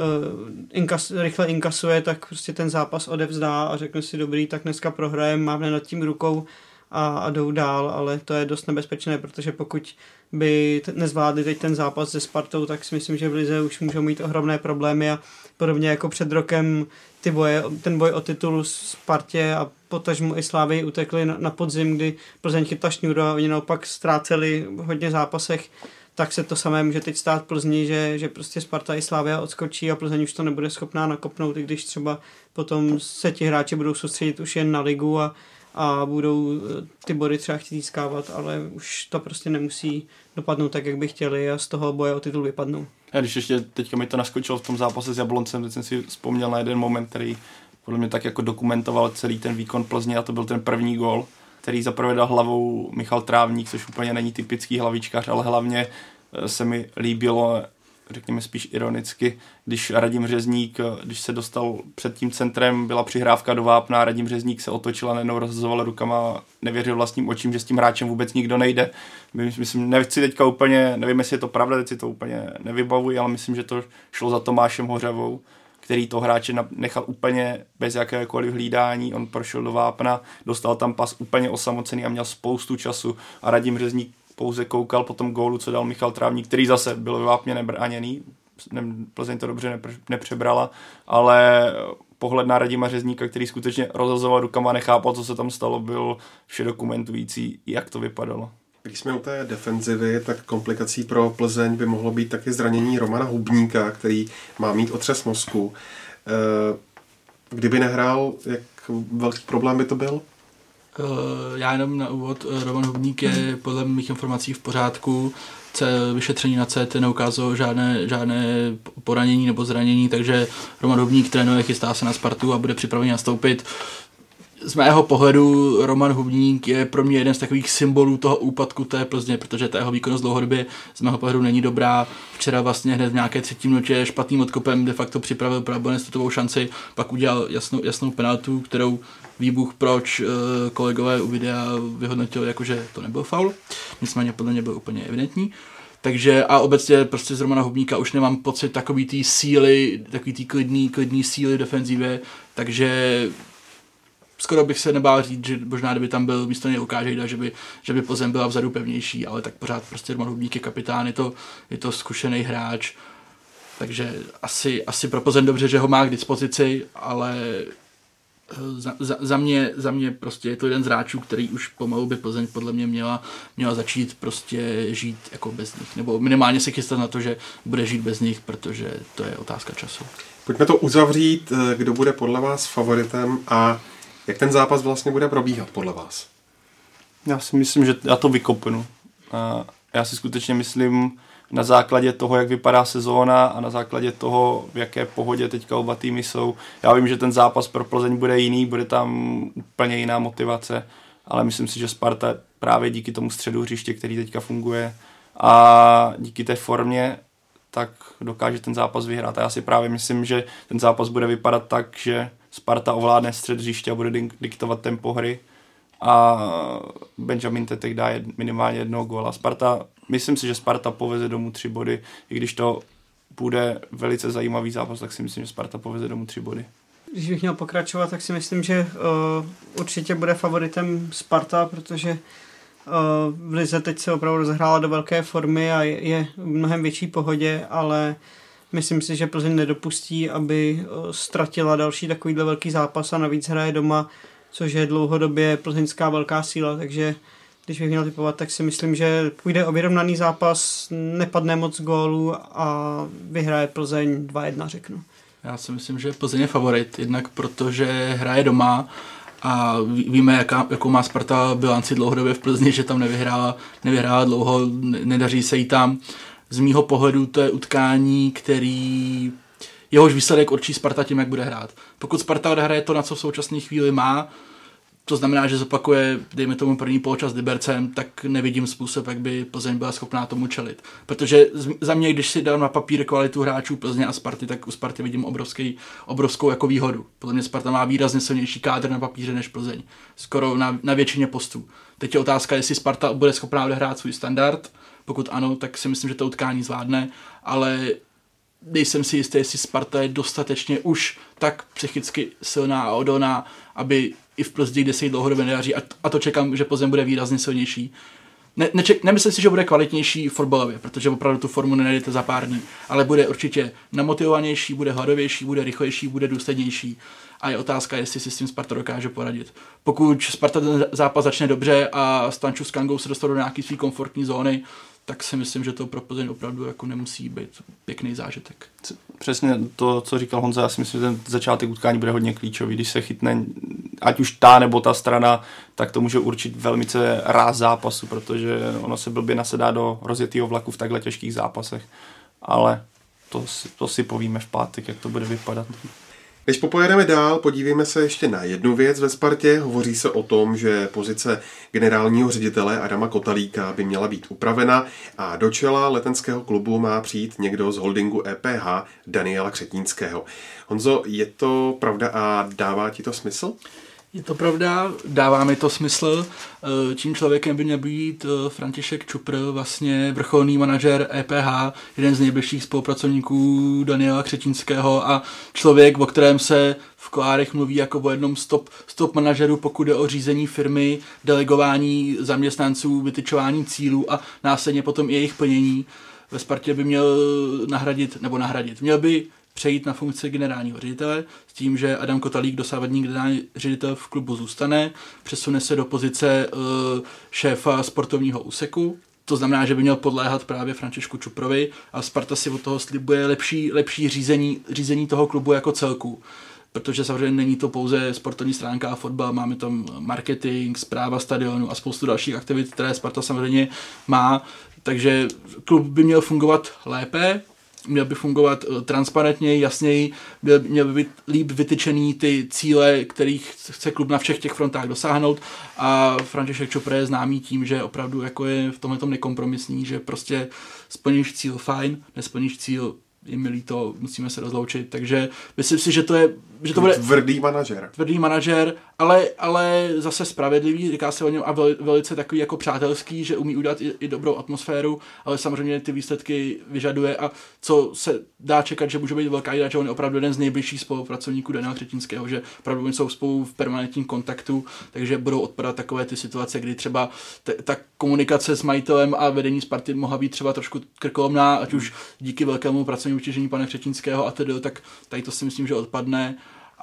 rychle inkasuje, tak prostě ten zápas odevzdá a řekne si dobrý, tak dneska prohrajem, mávne nad tím rukou a jdou dál, ale to je dost nebezpečné, protože pokud by nezvládli teď ten zápas se Spartou, tak si myslím, že v lize už můžou mít ohromné problémy a podobně jako před rokem ten boj o titul Spartě a potažmo i Slávii utekli na podzim, kdy Plzeň chytla šňůru a oni naopak ztráceli v hodně zápasech, tak se to samé může teď stát Plzni, že prostě Sparta i Slavia odskočí a Plzeň už to nebude schopná nakopnout, i když třeba potom se ti hráči budou soustředit už jen na ligu a a budou ty body třeba chtít získávat, ale už to prostě nemusí dopadnout tak, jak by chtěli a z toho boje o titul vypadnou. A když ještě teďka mi to naskočilo v tom zápase s Jabloncem, teď jsem si vzpomněl na jeden moment, který podle mě tak jako dokumentoval celý ten výkon Plzně, a to byl ten první gól, který zaprvé dal hlavou Michal Trávník, což úplně není typický hlavičkář, ale hlavně se mi líbilo, řekněme spíš ironicky, když Radim Řezník, když se dostal před tím centrem, byla přihrávka do vápna, Radim Řezník se otočil a najednou rozhazoval rukama, nevěřil vlastním očím, že s tím hráčem vůbec nikdo nejde. Myslím, nechci teďka úplně, nevím, jestli je to pravda, teď si to úplně nevybavuji, ale myslím, že to šlo za Tomášem Hořavou, který to hráče nechal úplně bez jakéhokoliv hlídání, on prošel do vápna, dostal tam pas úplně osamocený a měl spoustu času a Radim Řezník pouze koukal po tom gólu, co dal Michal Trávník, který zase byl ve vápně nebráněný, Plzeň to dobře nepřebrala, ale pohled na Radima Řezníka, který skutečně rozhazoval rukama a nechápal, co se tam stalo, byl vše dokumentující, jak to vypadalo. Když jsme u té defenzivy, tak komplikací pro Plzeň by mohlo být taky zranění Romana Hubníka, který má mít otřes mozku. Kdyby nehrál, jak velký problém by to byl? Já jenom na úvod, Roman Hubník je podle mých informací v pořádku, vyšetření na CT neukázalo žádné poranění nebo zranění, takže Roman Hubník trénuje, chystá se na Spartu a bude připravený nastoupit. Z mého pohledu Roman Hubník je pro mě jeden z takových symbolů toho úpadku té Plzně, protože ta jeho výkonnost dlouhodobě z mého pohledu není dobrá. Včera vlastně hned v nějaké třetí minutě špatným odkopem de facto připravil pro Bonnestutovou šanci, pak udělal jasnou penaltu, kterou výbuch proč kolegové u videa vyhodnotili jako, že to nebyl faul. Nicméně podle mě byl úplně evidentní. Takže a obecně prostě z Romana Hubníka už nemám pocit takový té síly, takový té klidný síly v defenzivě, takže skoro bych se nebál říct, že možná kdyby tam byl místo něj Lukáš Hejda, že by Plzeň byla vzadu pevnější, ale tak pořád prostě Roman Hubník je kapitán, je to zkušený hráč, takže asi pro Plzeň dobře, že ho má k dispozici, ale za mě prostě je to jeden z hráčů, který už pomalu by Plzeň podle mě měla začít prostě žít jako bez nich, nebo minimálně se chystat na to, že bude žít bez nich, protože to je otázka času. Pojďme to uzavřít, kdo bude podle vás favoritem a jak ten zápas vlastně bude probíhat podle vás? Já si myslím, že já to vykopnu. Já si skutečně myslím na základě toho, jak vypadá sezóna a na základě toho, v jaké pohodě teďka oba týmy jsou. Já vím, že ten zápas pro Plzeň bude jiný, bude tam úplně jiná motivace, ale myslím si, že Sparta právě díky tomu středu hřiště, který teďka funguje a díky té formě, tak dokáže ten zápas vyhrát. A já si právě myslím, že ten zápas bude vypadat tak, že Sparta ovládne střed hřiště a bude diktovat tempo hry a Benjamin Tetek dá minimálně jednoho góla. Myslím si, že Sparta poveze domů 3 body, i když to bude velice zajímavý zápas, tak si myslím, že Sparta poveze domů 3 body. Když bych měl pokračovat, tak si myslím, že určitě bude favoritem Sparta, protože v lize teď se opravdu rozehrála do velké formy a je v mnohem větší pohodě, ale myslím si, že Plzeň nedopustí, aby ztratila další takovýhle velký zápas a navíc hraje doma, což je dlouhodobě plzeňská velká síla, takže když bych měl typovat, tak si myslím, že půjde o vyrovnaný zápas, nepadne moc gólů a vyhraje Plzeň 2-1, řeknu. Já si myslím, že Plzeň je favorit, jednak protože hraje doma a víme, jakou má Sparta bilanci dlouhodobě v Plzni, že tam nevyhrála dlouho, nedaří se jí tam. Z mýho pohledu to je utkání, jehož výsledek určí Sparta tím, jak bude hrát. Pokud Sparta odehraje to, na co v současné chvíli má, to znamená, že zopakuje, dejme tomu první poločas s Libercem, tak nevidím způsob, jak by Plzeň byla schopná tomu čelit. Protože za mě, když si dám na papír kvalitu hráčů Plzně a Sparty, tak u Sparty vidím obrovskou jako výhodu. Podle mě Sparta má výrazně silnější kádr na papíře než Plzeň. Skoro na většině postů. Teď je otázka, jestli Sparta bude schopná odehrát svůj standard. Pokud ano, tak si myslím, že to utkání zvládne, ale nejsem si jistý, jestli Sparta je dostatečně už tak psychicky silná a odolná, aby i v Plzni, kde se jí dlouhodobě nedaří, a to čekám, že Plzeň bude výrazně silnější. Nemyslím si, že bude kvalitnější fotbalově, protože opravdu tu formu nenajdete za pár dní, ale bude určitě namotivovanější, bude hladovější, bude rychlejší, bude důslednější a je otázka, jestli si s tím Sparta dokáže poradit. Pokud Sparta ten zápas začne dobře a Stanču s Kangou se dostane do nějaký svý komfortní zóny, tak si myslím, že to pro Plzeň opravdu jako nemusí být pěkný zážitek. Přesně to, co říkal Honza, já si myslím, že ten začátek utkání bude hodně klíčový. Když se chytne, ať už ta nebo ta strana, tak to může určit velmi ráz zápasu, protože ono se blbě nasedá do rozjetého vlaku v takhle těžkých zápasech. Ale to si povíme v pátek, jak to bude vypadat. Než popojedeme dál, podívejme se ještě na jednu věc ve Spartě. Hovoří se o tom, že pozice generálního ředitele Adama Kotalíka by měla být upravena a do čela letenského klubu má přijít někdo z holdingu EPH Daniela Křetínského. Honzo, je to pravda a dává ti to smysl? Je to pravda, dává mi to smysl. Tím člověkem by měl být František Čupr, vlastně vrcholný manažer EPH, jeden z nejbližších spolupracovníků Daniela Křetínského a člověk, o kterém se v kolárech mluví jako o jednom stop manažeru, pokud jde o řízení firmy, delegování zaměstnanců, vytyčování cílů a následně potom i jejich plnění. Ve Spartě by měl měl by přejít na funkci generálního ředitele s tím, že Adam Kotalík, dosavadní generální ředitel v klubu, zůstane, přesune se do pozice šéfa sportovního úseku. To znamená, že by měl podléhat právě Františku Čuprovi a Sparta si od toho slibuje lepší řízení toho klubu jako celku. Protože samozřejmě není to pouze sportovní stránka a fotbal, máme tam marketing, správa stadionu a spoustu dalších aktivit, které Sparta samozřejmě má. Takže klub by měl fungovat lépe, měl by fungovat transparentněji, jasněji, měl by být líp vytyčený ty cíle, kterých chce klub na všech těch frontách dosáhnout a František Čupr je známý tím, že opravdu jako je v tomhletom nekompromisní, že prostě splníš cíl fajn, nesplníš cíl je mi líto, musíme se rozloučit, takže myslím si, že to bude tvrdý manažer, ale zase spravedlivý, říká se o něm a velice takový jako přátelský, že umí udělat i dobrou atmosféru, ale samozřejmě ty výsledky vyžaduje a co se dá čekat, že může být velká jíra, že on je opravdu jeden z nejbližších spolupracovníků Daniela Křetínského, že opravdu jsou spolu v permanentním kontaktu, takže budou odpadat takové ty situace, kdy třeba ta komunikace s majitelem a vedení Sparty mohla být třeba trošku krkolomná, ať už díky velkému pracovnímu obtížení pana Křetínského a tedy, tak tady to si myslím, že odpadne.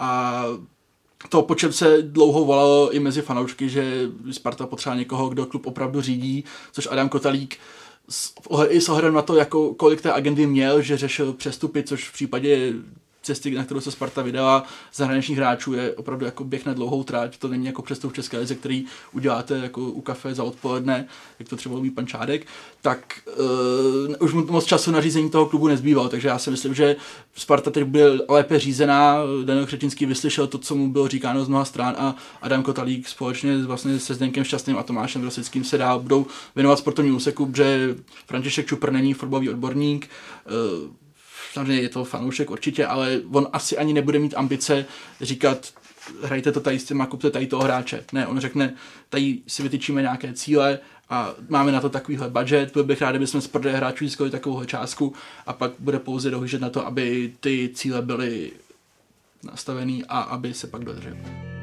A to, po čem se dlouho volalo i mezi fanoušky, že Sparta potřeba někoho, kdo klub opravdu řídí, což Adam Kotalík i s ohledem na to, jako kolik té agendy měl, že řešil přestupy, což v případě cesty, na kterou se Sparta vydala zahraničních hráčů, je opravdu jako běh na dlouhou tráť. To není jako přestup v České lize, který uděláte jako u kafe za odpoledne, jak to třeba umí pan Čádek, tak už mu moc času na řízení toho klubu nezbývalo. Takže já si myslím, že Sparta teď bude lépe řízená. Daniel Křetínský vyslyšel to, co mu bylo říkáno z mnoha stran a Adam Kotalík společně vlastně se Zdenkem Šťastným a Tomášem Rosickým se dál budou věnovat sportovnímu úseku, protože František Čupr není fotbalový odborník. Samozřejmě je to fanoušek určitě, ale on asi ani nebude mít ambice říkat, hrajte to tady s těma, kupte tady toho hráče. Ne, on řekne, tady si vytyčíme nějaké cíle a máme na to takovýhle budget, byl bych rád, kdybychom z prodeje hráčů získali takovouhle částku a pak bude pouze dohlížet na to, aby ty cíle byly nastavený a aby se pak dodržely.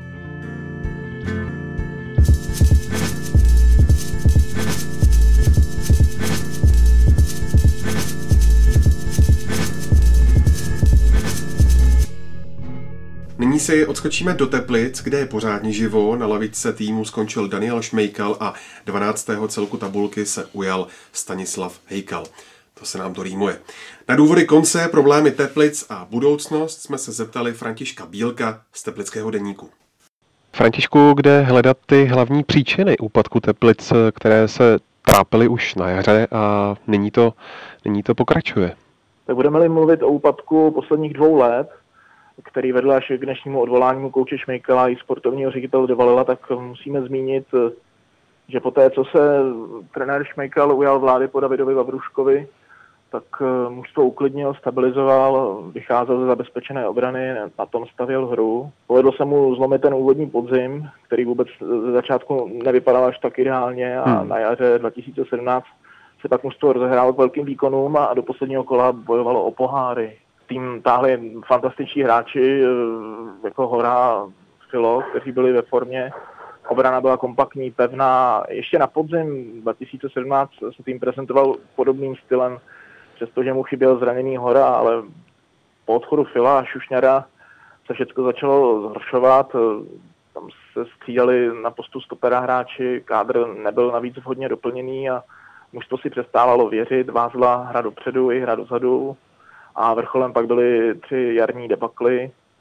Nyní si odskočíme do Teplic, kde je pořádně živo. Na lavičce týmu skončil Daniel Šmejkal a 12. celku tabulky se ujal Stanislav Hejkal. To se nám to rýmuje. Na důvody konce, problémy Teplic a budoucnost jsme se zeptali Františka Bílka z Teplického deníku. Františku, kde hledat ty hlavní příčiny úpadku Teplic, které se trápily už na jaře a nyní to pokračuje? Tak budeme-li mluvit o úpadku posledních 2 let, který vedl až k dnešnímu odvolání kouče Šmejkala i sportovního ředitele Devalila, tak musíme zmínit, že poté, co se trenér Šmejkal ujal vlády po Davidovi Vavruškovi, tak mužstvo uklidnil, stabilizoval, vycházel ze zabezpečené obrany, na tom stavěl hru. Povedlo se mu zlomit ten úvodní podzim, který vůbec ze začátku nevypadal až tak ideálně a na jaře 2017 se pak mužstvo rozehrálo k velkým výkonům a do posledního kola bojovalo o poháry. Tým táhli fantastiční hráči jako Hora, Filo, kteří byli ve formě. Obrana byla kompaktní, pevná. Ještě na podzim 2017 se tým prezentoval podobným stylem, přestože mu chyběl zraněný Hora, ale po odchodu Fila a Šušňara se všechno začalo zhoršovat. Tam se střídali na postu stopera hráči, kádr nebyl navíc vhodně doplněný a mužstvo si přestávalo věřit, vázla hra dopředu i hra dozadu. A vrcholem pak byly 3 jarní debakly,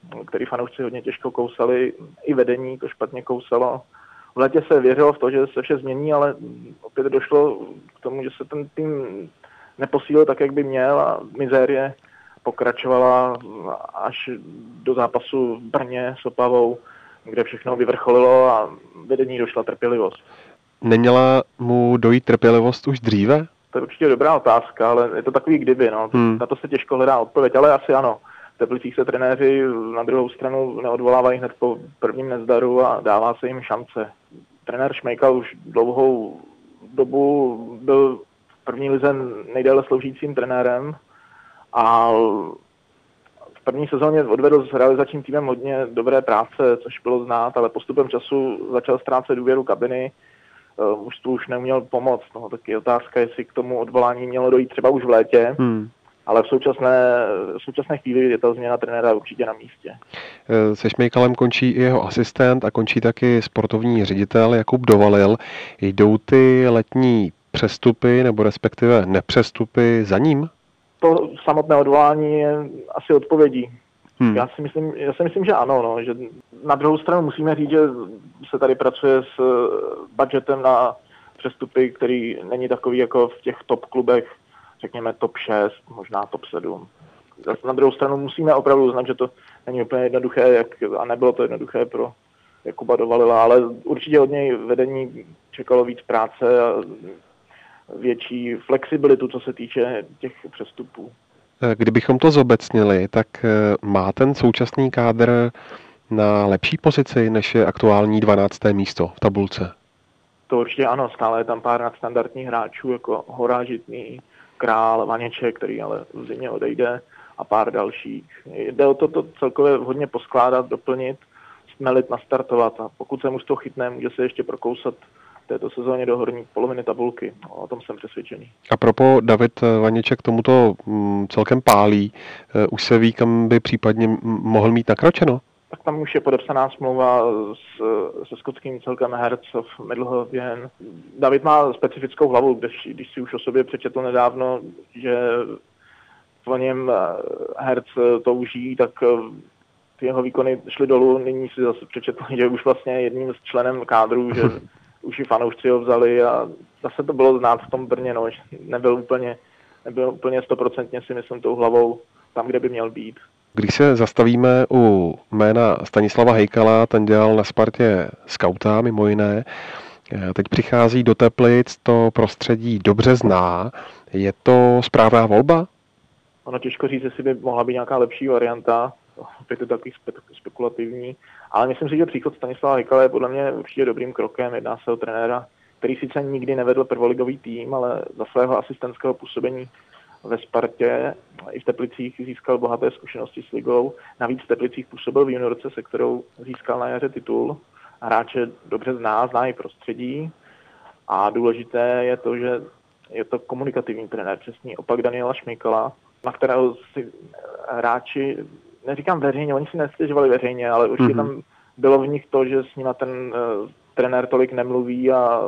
který fanoušci hodně těžko kousali, i vedení to špatně kousalo. V létě se věřilo v to, že se vše změní, ale opět došlo k tomu, že se ten tým neposílil tak, jak by měl a mizérie pokračovala až do zápasu v Brně s Opavou, kde všechno vyvrcholilo a vedení došla trpělivost. Neměla mu dojít trpělivost už dříve? To je určitě dobrá otázka, ale je to takový kdyby. No. Na to se těžko hledá odpověď, ale asi ano. V Teplicích se trenéři na druhou stranu neodvolávají hned po prvním nezdaru a dává se jim šance. Trenér Šmejkal už dlouhou dobu byl v první lize nejdéle sloužícím trenérem a v první sezóně odvedl s realizačním týmem hodně dobré práce, což bylo znát, ale postupem času začal ztrácet důvěru kabiny. Mužstvu už neuměl pomoct. No, tak je otázka, jestli k tomu odvolání mělo dojít třeba už v létě, ale v současné chvíli je ta změna trenéra určitě na místě. Se Šmejkalem končí i jeho asistent a končí taky sportovní ředitel Jakub Dovalil. Jdou ty letní přestupy nebo respektive nepřestupy za ním? To samotné odvolání je asi odpovědí. Já si myslím, že ano. No, že na druhou stranu musíme říct, že se tady pracuje s budgetem na přestupy, který není takový jako v těch top klubech, řekněme top 6, možná top 7. Na druhou stranu musíme opravdu uznat, že to není úplně jednoduché, a nebylo to jednoduché pro Jakuba Dovalila, ale určitě od něj vedení čekalo víc práce a větší flexibilitu, co se týče těch přestupů. Kdybychom to zobecnili, tak má ten současný kádr na lepší pozici, než je aktuální 12. místo v tabulce? To určitě ano, stále je tam pár nadstandardních hráčů, jako Hora, Žitný, Král, Vaněček, který ale v zimě odejde, a pár dalších. Jde o to celkově hodně poskládat, doplnit, stmelit, nastartovat, a pokud se mužstvo chytne, může se ještě prokousat v této sezóně do horní poloviny tabulky. O tom jsem přesvědčený. A propo David Vaněček tomuto celkem pálí. Už se ví, kam by případně mohl mít nakročeno? Tak tam už je podepsaná smlouva se skotským celkem Hearts of Midlothian. David má specifickou hlavu, když si už o sobě přečetl nedávno, že po něm Hearts touží, tak ty jeho výkony šly dolů. Nyní si zase přečetl, že už vlastně jedním z členem kádru, že už i fanoušci ho vzali a zase to bylo znát v tom Brně, no, že nebyl úplně 100% si myslím tou hlavou tam, kde by měl být. Když se zastavíme u jména Stanislava Hejkala, ten dělal na Spartě skauta mimo jiné, teď přichází do Teplic, to prostředí dobře zná. Je to správná volba? Ono těžko říct, jestli by mohla být nějaká lepší varianta, opět je takový spekulativní, ale myslím si, že příchod Stanislava Hejkala je podle mě určitě dobrým krokem. Jedná se o trenéra, který sice nikdy nevedl prvoligový tým, ale za svého asistentského působení ve Spartě i v Teplicích získal bohaté zkušenosti s ligou. Navíc v Teplicích působil v juniorce, se kterou získal na jaře titul. Hráče dobře zná i prostředí. A důležité je to, že je to komunikativní trenér, přesný opak Daniela Šmejkala, na kterého si hráči, neříkám veřejně, oni si nestěžovali veřejně, ale určitě tam bylo v nich to, že s nima ten trenér tolik nemluví a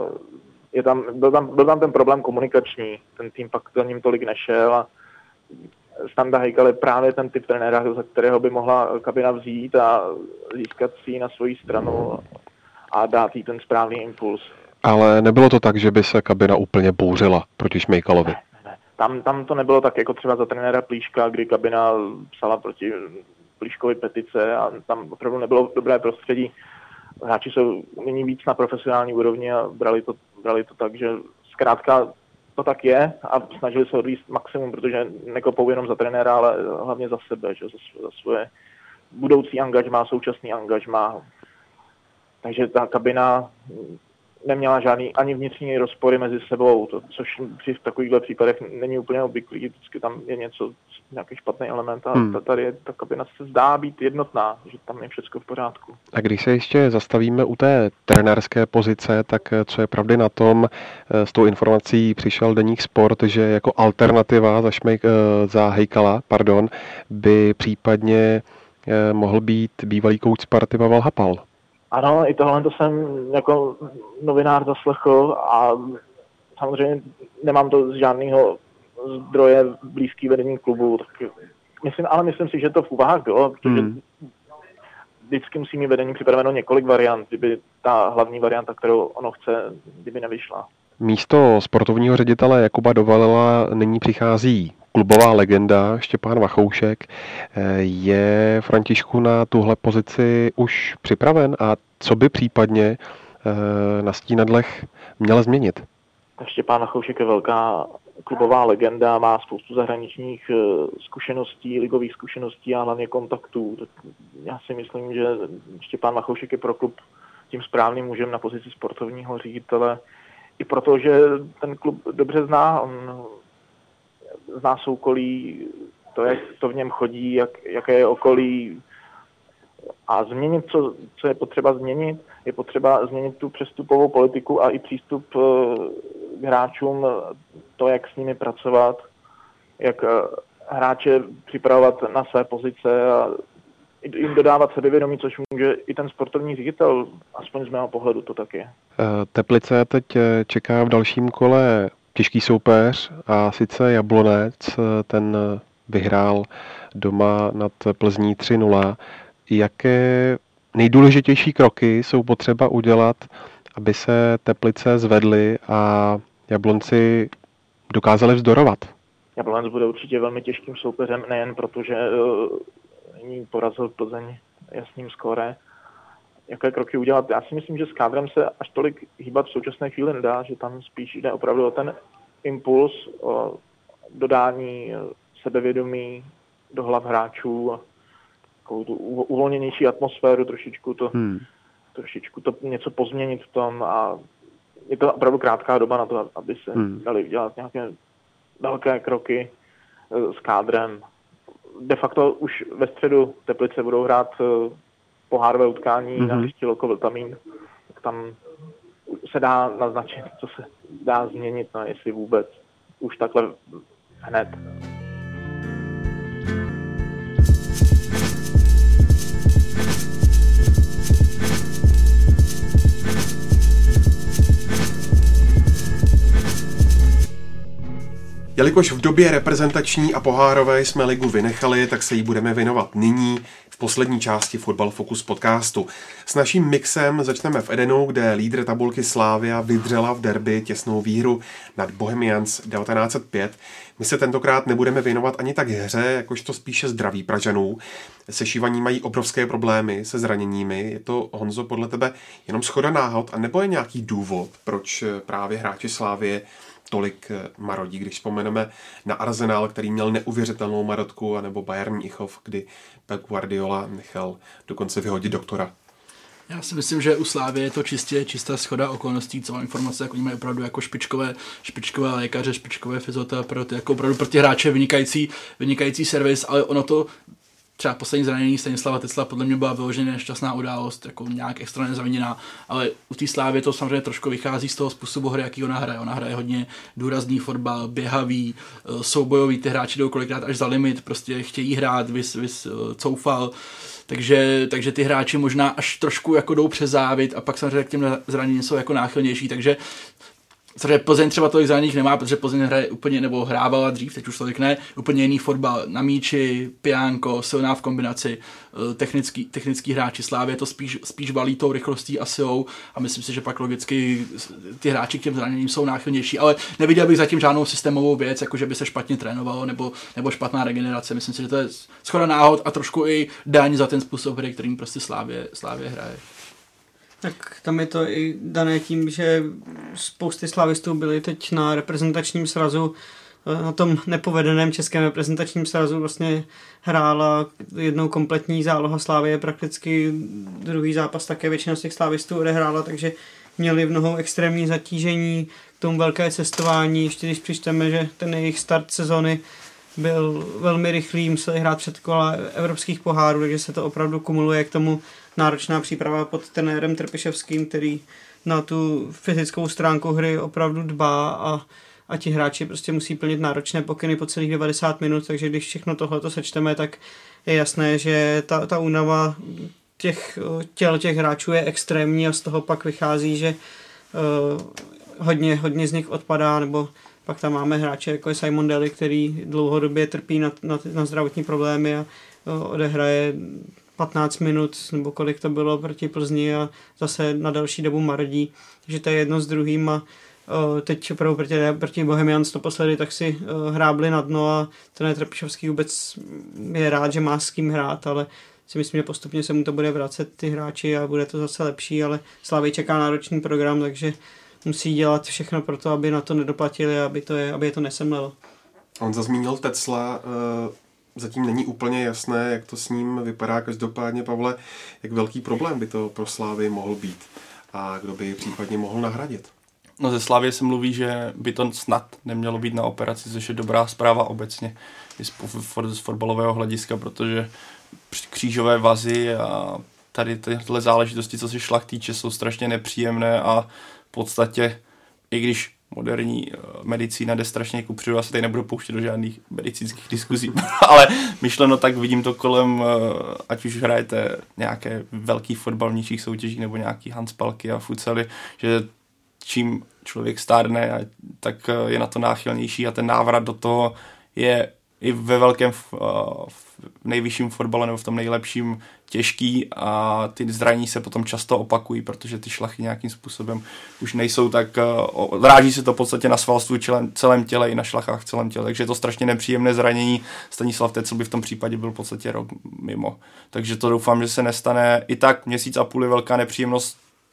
byl tam ten problém komunikační. Ten tým pak za ním tolik nešel a Standa Hejkal je právě ten typ trenéra, za kterého by mohla kabina vzít a získat si ji na svoji stranu a dát jí ten správný impuls. Ale nebylo to tak, že by se kabina úplně bouřila proti Šmejkalovi? Ne. Tam to nebylo tak jako třeba za trenéra Plíška, kdy kabina psala proti Plíškovi petice a tam opravdu nebylo dobré prostředí. Hráči jsou nyní víc na profesionální úrovni a brali to tak, že zkrátka to tak je a snažili se odvíct maximum, protože nekopou jenom za trenéra, ale hlavně za sebe, že? Za svoje budoucí angažmá, současný angažmá. Takže ta kabina neměla žádný ani vnitřní rozpory mezi sebou, což při takovýchhle případech není úplně obvyklý, vždycky tam je nějaký špatný element a tady ta kabina se zdá být jednotná, že tam je všechno v pořádku. A když se ještě zastavíme u té trenérské pozice, tak co je pravdy na tom, s tou informací přišel Deník Sport, že jako alternativa za Hejkala, by případně mohl být bývalý kouč Sparty Pavel Hapal. Ano, i tohle to jsem jako novinář zaslechl a samozřejmě nemám to z žádného zdroje blízký vedení klubu. Tak myslím si, že to v úvahách bylo, protože vždycky musí mít vedení připraveno několik variant, kdyby ta hlavní varianta, kterou ono chce, kdyby nevyšla. Místo sportovního ředitele Jakuba Dovalila nyní přichází klubová legenda Štěpán Vachoušek. Je Františku na tuhle pozici už připraven a co by případně na Stínadlech měl změnit? Štěpán Vachoušek je velká klubová legenda, má spoustu zahraničních zkušeností, ligových zkušeností a hlavně kontaktů. Tak já si myslím, že Štěpán Vachoušek je pro klub tím správným mužem na pozici sportovního ředitele. I protože ten klub dobře zná, on zná soukolí, to, jak to v něm chodí, jaké je okolí. A změnit, co je potřeba změnit, je potřeba změnit tu přestupovou politiku a i přístup k hráčům, to, jak s nimi pracovat, jak hráče připravovat na své pozice a jim dodávat sebevědomí, což může i ten sportovní ředitel, aspoň z mého pohledu to tak je. Teplice teď čeká v dalším kole těžký soupeř a sice Jablonec, ten vyhrál doma nad Plzní 3-0. Jaké nejdůležitější kroky jsou potřeba udělat, aby se Teplice zvedly a Jablonci dokázali vzdorovat? Jablonec bude určitě velmi těžkým soupeřem, nejen protože nyní porazil Plzeň jasným skóre. Jaké kroky udělat? Já si myslím, že s kádrem se až tolik hýbat v současné chvíli nedá, že tam spíš jde opravdu o ten impuls, o dodání sebevědomí do hlav hráčů a takovou tu uvolněnější atmosféru, trošičku to něco pozměnit v tom a je to opravdu krátká doba na to, aby se dali dělat nějaké velké kroky s kádrem. De facto už ve středu Teplice budou hrát pohárové utkání na hřišti Loko Vltamín, tak tam se dá naznačit, co se dá změnit, no, jestli vůbec už takhle hned. Jelikož v době reprezentační a pohárové jsme ligu vynechali, tak se jí budeme věnovat nyní v poslední části Fotbal Focus podcastu. S naším mixem začneme v Edenu, kde lídr tabulky Slavia vydřela v derby těsnou výhru nad Bohemians 1905. My se tentokrát nebudeme věnovat ani tak hře, jakožto spíše zdraví Pražanů. Sešívaní mají obrovské problémy se zraněními. Je to, Honzo, podle tebe jenom shoda náhod, a nebo je nějaký důvod, proč právě hráči Slavie tolik marodí, když vzpomeneme na Arsenal, který měl neuvěřitelnou marotku, anebo Bayern Mnichov, kdy Pep Guardiola nechal dokonce vyhodit doktora. Já si myslím, že u Slávy je to čistá shoda okolností, co mám informace, jako oni mají opravdu jako špičkové lékaře, špičkové fyzioterapeut, jako opravdu pro ty hráče vynikající servis, ale ono to třeba poslední zranění Stanislava Tecla podle mě byla vyloženě nešťastná událost, jako nějak extra nezaviněná, ale u té Slávy to samozřejmě trošku vychází z toho způsobu hry, jaký ona hraje. Ona hraje hodně důrazný fotbal, běhavý, soubojový, ty hráči jdou kolikrát až za limit, prostě chtějí hrát, vys coufal, takže ty hráči možná až trošku jako jdou přes závit a pak samozřejmě k těm zraněním jsou jako náchylnější, takže Plzeň třeba tolik zraněních nemá, protože Plzeň hraje úplně, nebo hrávala dřív, teď už tolik ne, úplně jiný fotbal, na míči, pijánko, silná v kombinaci, technický hráči. Slávě to spíš valí tou rychlostí a silou a myslím si, že pak logicky ty hráči k těm zraněním jsou náchylnější, ale neviděl bych zatím žádnou systémovou věc, jako že by se špatně trénovalo nebo špatná regenerace. Myslím si, že to je shoda náhod a trošku i daň za ten způsob hry, kterým prostě Slávě hraje. Tak tam je to i dané tím, že spousty slávistů byli teď na reprezentačním srazu, na tom nepovedeném českém reprezentačním srazu vlastně hrála jednou kompletní záloha Slávie, prakticky druhý zápas také většina z těch slávistů odehrála, takže měli v nohou extrémní zatížení, k tomu velké cestování, ještě když přičteme, že ten jejich start sezony byl velmi rychlý, museli hrát před kola evropských pohárů, takže se to opravdu kumuluje k tomu náročná příprava pod trenérem Trpišovským, který na tu fyzickou stránku hry opravdu dbá a ti hráči prostě musí plnit náročné pokyny po celých 90 minut, takže když všechno tohleto sečteme, tak je jasné, že ta únava těch hráčů je extrémní a z toho pak vychází, že hodně z nich odpadá, nebo pak tam máme hráče jako je Simon Daly, který dlouhodobě trpí na zdravotní problémy a odehraje 15 minut, nebo kolik to bylo proti Plzni a zase na další dobu marodí. Takže to je jedno s druhým a teď opravdu proti Bohemians naposledy tak si hrábli na dno a trenér Trpišovský vůbec je rád, že má s kým hrát, ale si myslím, že postupně se mu to bude vracet ty hráči a bude to zase lepší, ale Slavii čeká náročný program, takže musí dělat všechno pro to, aby na to nedoplatili a aby je to nesemlelo. On zmínil Tecla, zatím není úplně jasné, jak to s ním vypadá. Každopádně, Pavle, jak velký problém by to pro Slavii mohl být a kdo by ji případně mohl nahradit? No ze Slavie se mluví, že by to snad nemělo být na operaci, což je dobrá zpráva obecně i z fotbalového hlediska, protože křížové vazy a tady tyhle záležitosti, co se šlach týče, jsou strašně nepříjemné a v podstatě, i když moderní medicína jde strašně kupředu, já se tady nebudu pouštět do žádných medicínských diskuzí, ale myšleno tak vidím to kolem, ať už hrajete nějaké velký fotbal v nižších soutěžích nebo nějaký handspalky a futsaly, že čím člověk stárne, tak je na to náchylnější a ten návrat do toho je i ve velkém v nejvyšším fotbale nebo v tom nejlepším těžký a ty zranění se potom často opakují, protože ty šlachy nějakým způsobem už nejsou tak, ráží se to v podstatě na svalstvu celém těle i na šlachách celém těle, takže je to strašně nepříjemné zranění. Stanislav Tecl by v tom případě byl v podstatě rok mimo. Takže to doufám, že se nestane. I tak měsíc a půl je velká nepříjemnost,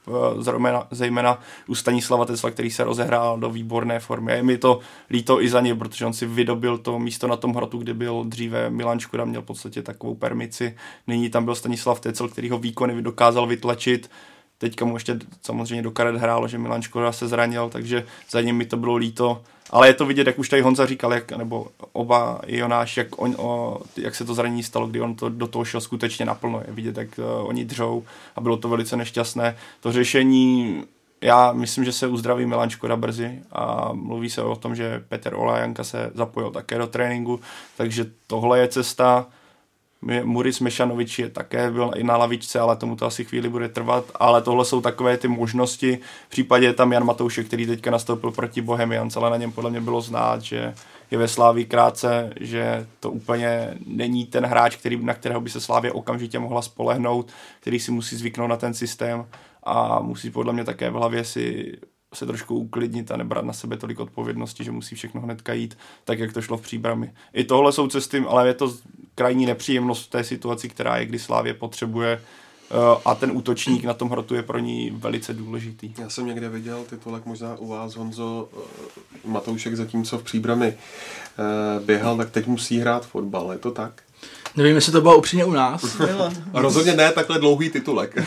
zejména u Stanislava Tecla, který se rozehrál do výborné formy. A je mi to líto i za něj, protože on si vydobil to místo na tom hrotu, kde byl dříve Milan Škoda, měl v podstatě takovou permici. Nyní tam byl Stanislav Tecl, který ho výkony dokázal vytlačit. Teďka mu ještě samozřejmě do karet hrálo, že Milan Škoda se zranil, takže za ním mi to bylo líto. Ale je to vidět, jak už tady Honza říkal, nebo oba Jonáš, jak se to zranění stalo, kdy on to do toho šel skutečně naplno. Je vidět, jak oni dřou a bylo to velice nešťastné. To řešení, já myslím, že se uzdraví Milan Škoda brzy a mluví se o tom, že Petr Olajanka se zapojil také do tréninku, takže tohle je cesta. Muris Mešanovič je také byl i na lavičce, ale tomu to asi chvíli bude trvat, ale tohle jsou takové ty možnosti. V případě je tam Jan Matoušek, který teďka nastoupil proti Bohemians, ale na něm podle mě bylo znát, že je ve Slavii krátce, že to úplně není ten hráč, na kterého by se Slavie okamžitě mohla spolehnout, který si musí zvyknout na ten systém a musí podle mě také v hlavě se trošku uklidnit a nebrat na sebe tolik odpovědnosti, že musí všechno hnedka jít, tak jak to šlo v Příbrami. I tohle jsou cesty, ale je to krajní nepříjemnost v té situaci, která je, kdy Slavie potřebuje a ten útočník na tom hrotu je pro ní velice důležitý. Já jsem někde viděl titulek možná u vás, Honzo, Matoušek zatímco v Příbrami běhal, tak teď musí hrát fotbal, je to tak? Nevím, jestli to bylo upřímně u nás. A rozhodně ne takhle dlouhý titulek.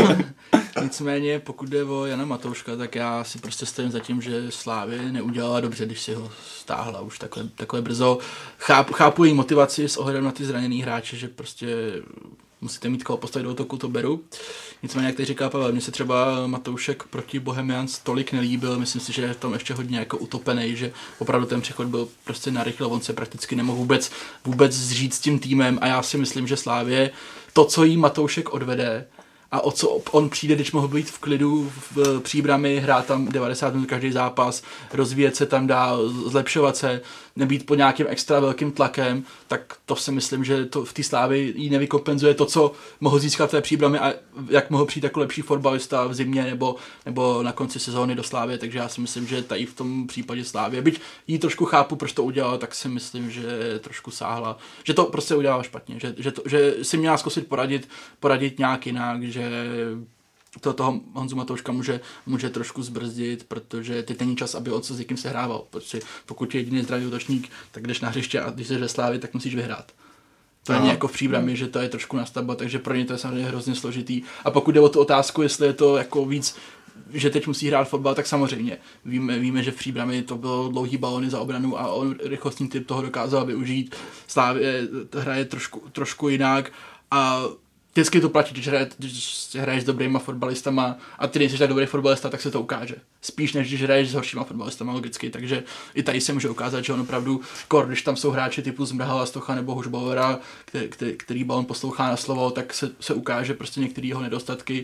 Nicméně, pokud jde o Jana Matouška, tak já si prostě stojím za tím, že Slavie neudělala dobře, když si ho stáhla už takhle brzo. Chápu její motivaci s ohledem na ty zraněný hráče, že prostě musíte mít koho postavit do útoku, to beru. Nicméně, jak teď říká Pavel, mně se třeba Matoušek proti Bohemians tolik nelíbil, myslím si, že je v tom ještě hodně jako utopený, že opravdu ten přechod byl prostě narychlo, on se prakticky nemohl vůbec zžít s tím týmem a já si myslím, že Slavie to, co jí Matoušek odvede, a o co on přijde, když mohl být v klidu v Příbrami, hrát tam 90 minut každý zápas, rozvíjet se tam dál, zlepšovat se, nebýt pod nějakým extra velkým tlakem, tak to si myslím, že to v té Slávii jí nevykompenzuje to, co mohl získat v té Příbrami a jak mohl přijít jako lepší fotbalista v zimě nebo na konci sezóny do Slávie, takže já si myslím, že tady v tom případě Slávie, byť jí trošku chápu, proč to udělala, tak si myslím, že trošku sáhla, že to prostě udělala špatně, že si měla zkusit poradit nějak jinak, že toho Honzu Matouška může trošku zbrzdit, protože teď není čas, aby on s někým sehrával. Protože pokud je jediný zdravý útočník, tak jdeš na hřiště a když jsi ve Slávii, tak musíš vyhrát. To není jako v Příbrami, že to je trošku nastavba, takže pro ně to je samozřejmě hrozně složitý. A pokud jde o tu otázku, jestli je to jako víc, že teď musí hrát fotbal, tak samozřejmě. Víme, že v Příbrami to bylo dlouhý balony za obranu a on rychlostní typ toho dokázal využít. Slávie hraje trošku jinak a vždycky to platí, když hraješ s dobrýma fotbalistama a ty nejsi tak dobrý fotbalista, tak se to ukáže. Spíš než když hraješ s horšíma fotbalistama logicky, takže i tady se může ukázat, že on opravdu, když tam jsou hráči typu Zmrhala, Stocha nebo Hušbauera, který balon poslouchá na slovo, tak se ukáže prostě některý jeho nedostatky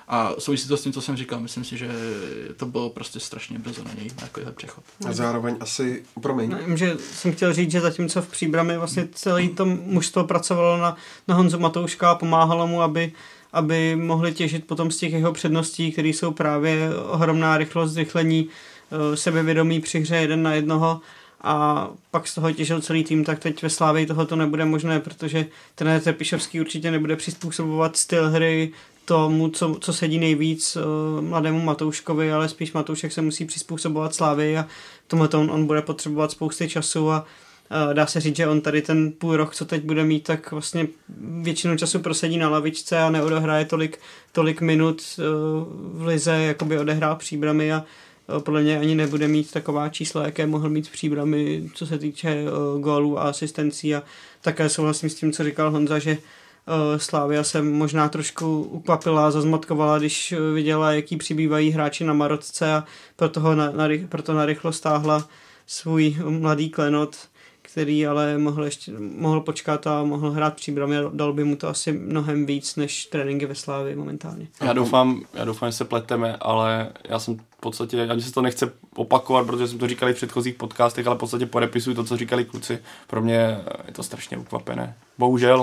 A souvisí to s tím, co jsem říkal. Myslím si, že to bylo prostě strašně brzo na něj, na takovýhle přechod. A zároveň asi, promiň. Vím, že jsem chtěl říct, že zatímco v Příbrami vlastně celý to mužstvo pracovalo na Honzu Matouška a pomáhalo mu, aby mohli těžit potom z těch jeho předností, které jsou právě ohromná rychlost, zrychlení, sebevědomí při hře 1-1 a pak z toho těžil celý tým, tak teď ve Slávii tohoto nebude možné, protože trenér Trpišovský určitě nebude přizpůsobovat styl hry tomu, co sedí nejvíc mladému Matouškovi, ale spíš Matoušek se musí přizpůsobovat Slávii a tomuhle on bude potřebovat spousty času a dá se říct, že on tady ten půl rok, co teď bude mít, tak vlastně většinu času prosedí na lavičce a neodehraje tolik minut v lize, jakoby odehrál Příbrami a podle mě ani nebude mít taková čísla, jaké mohl mít v Příbrami, co se týče gólů a asistencí a také souhlasím s tím, co říkal Honza, že Slavia se možná trošku ukvapila, zazmatkovala, když viděla, jaký přibývají hráči na Marotce a proto narychlo stáhla svůj mladý klenot, který ale mohl počkat a mohl hrát Příbrami a dal by mu to asi mnohem víc než tréninky ve Slavii momentálně. Já doufám, že se pleteme, ale já jsem v podstatě, ani se to nechce opakovat, protože jsme to říkali v předchozích podcastech, ale v podstatě podepisuju to, co říkali kluci. Pro mě je to strašně ukvapené. Bohužel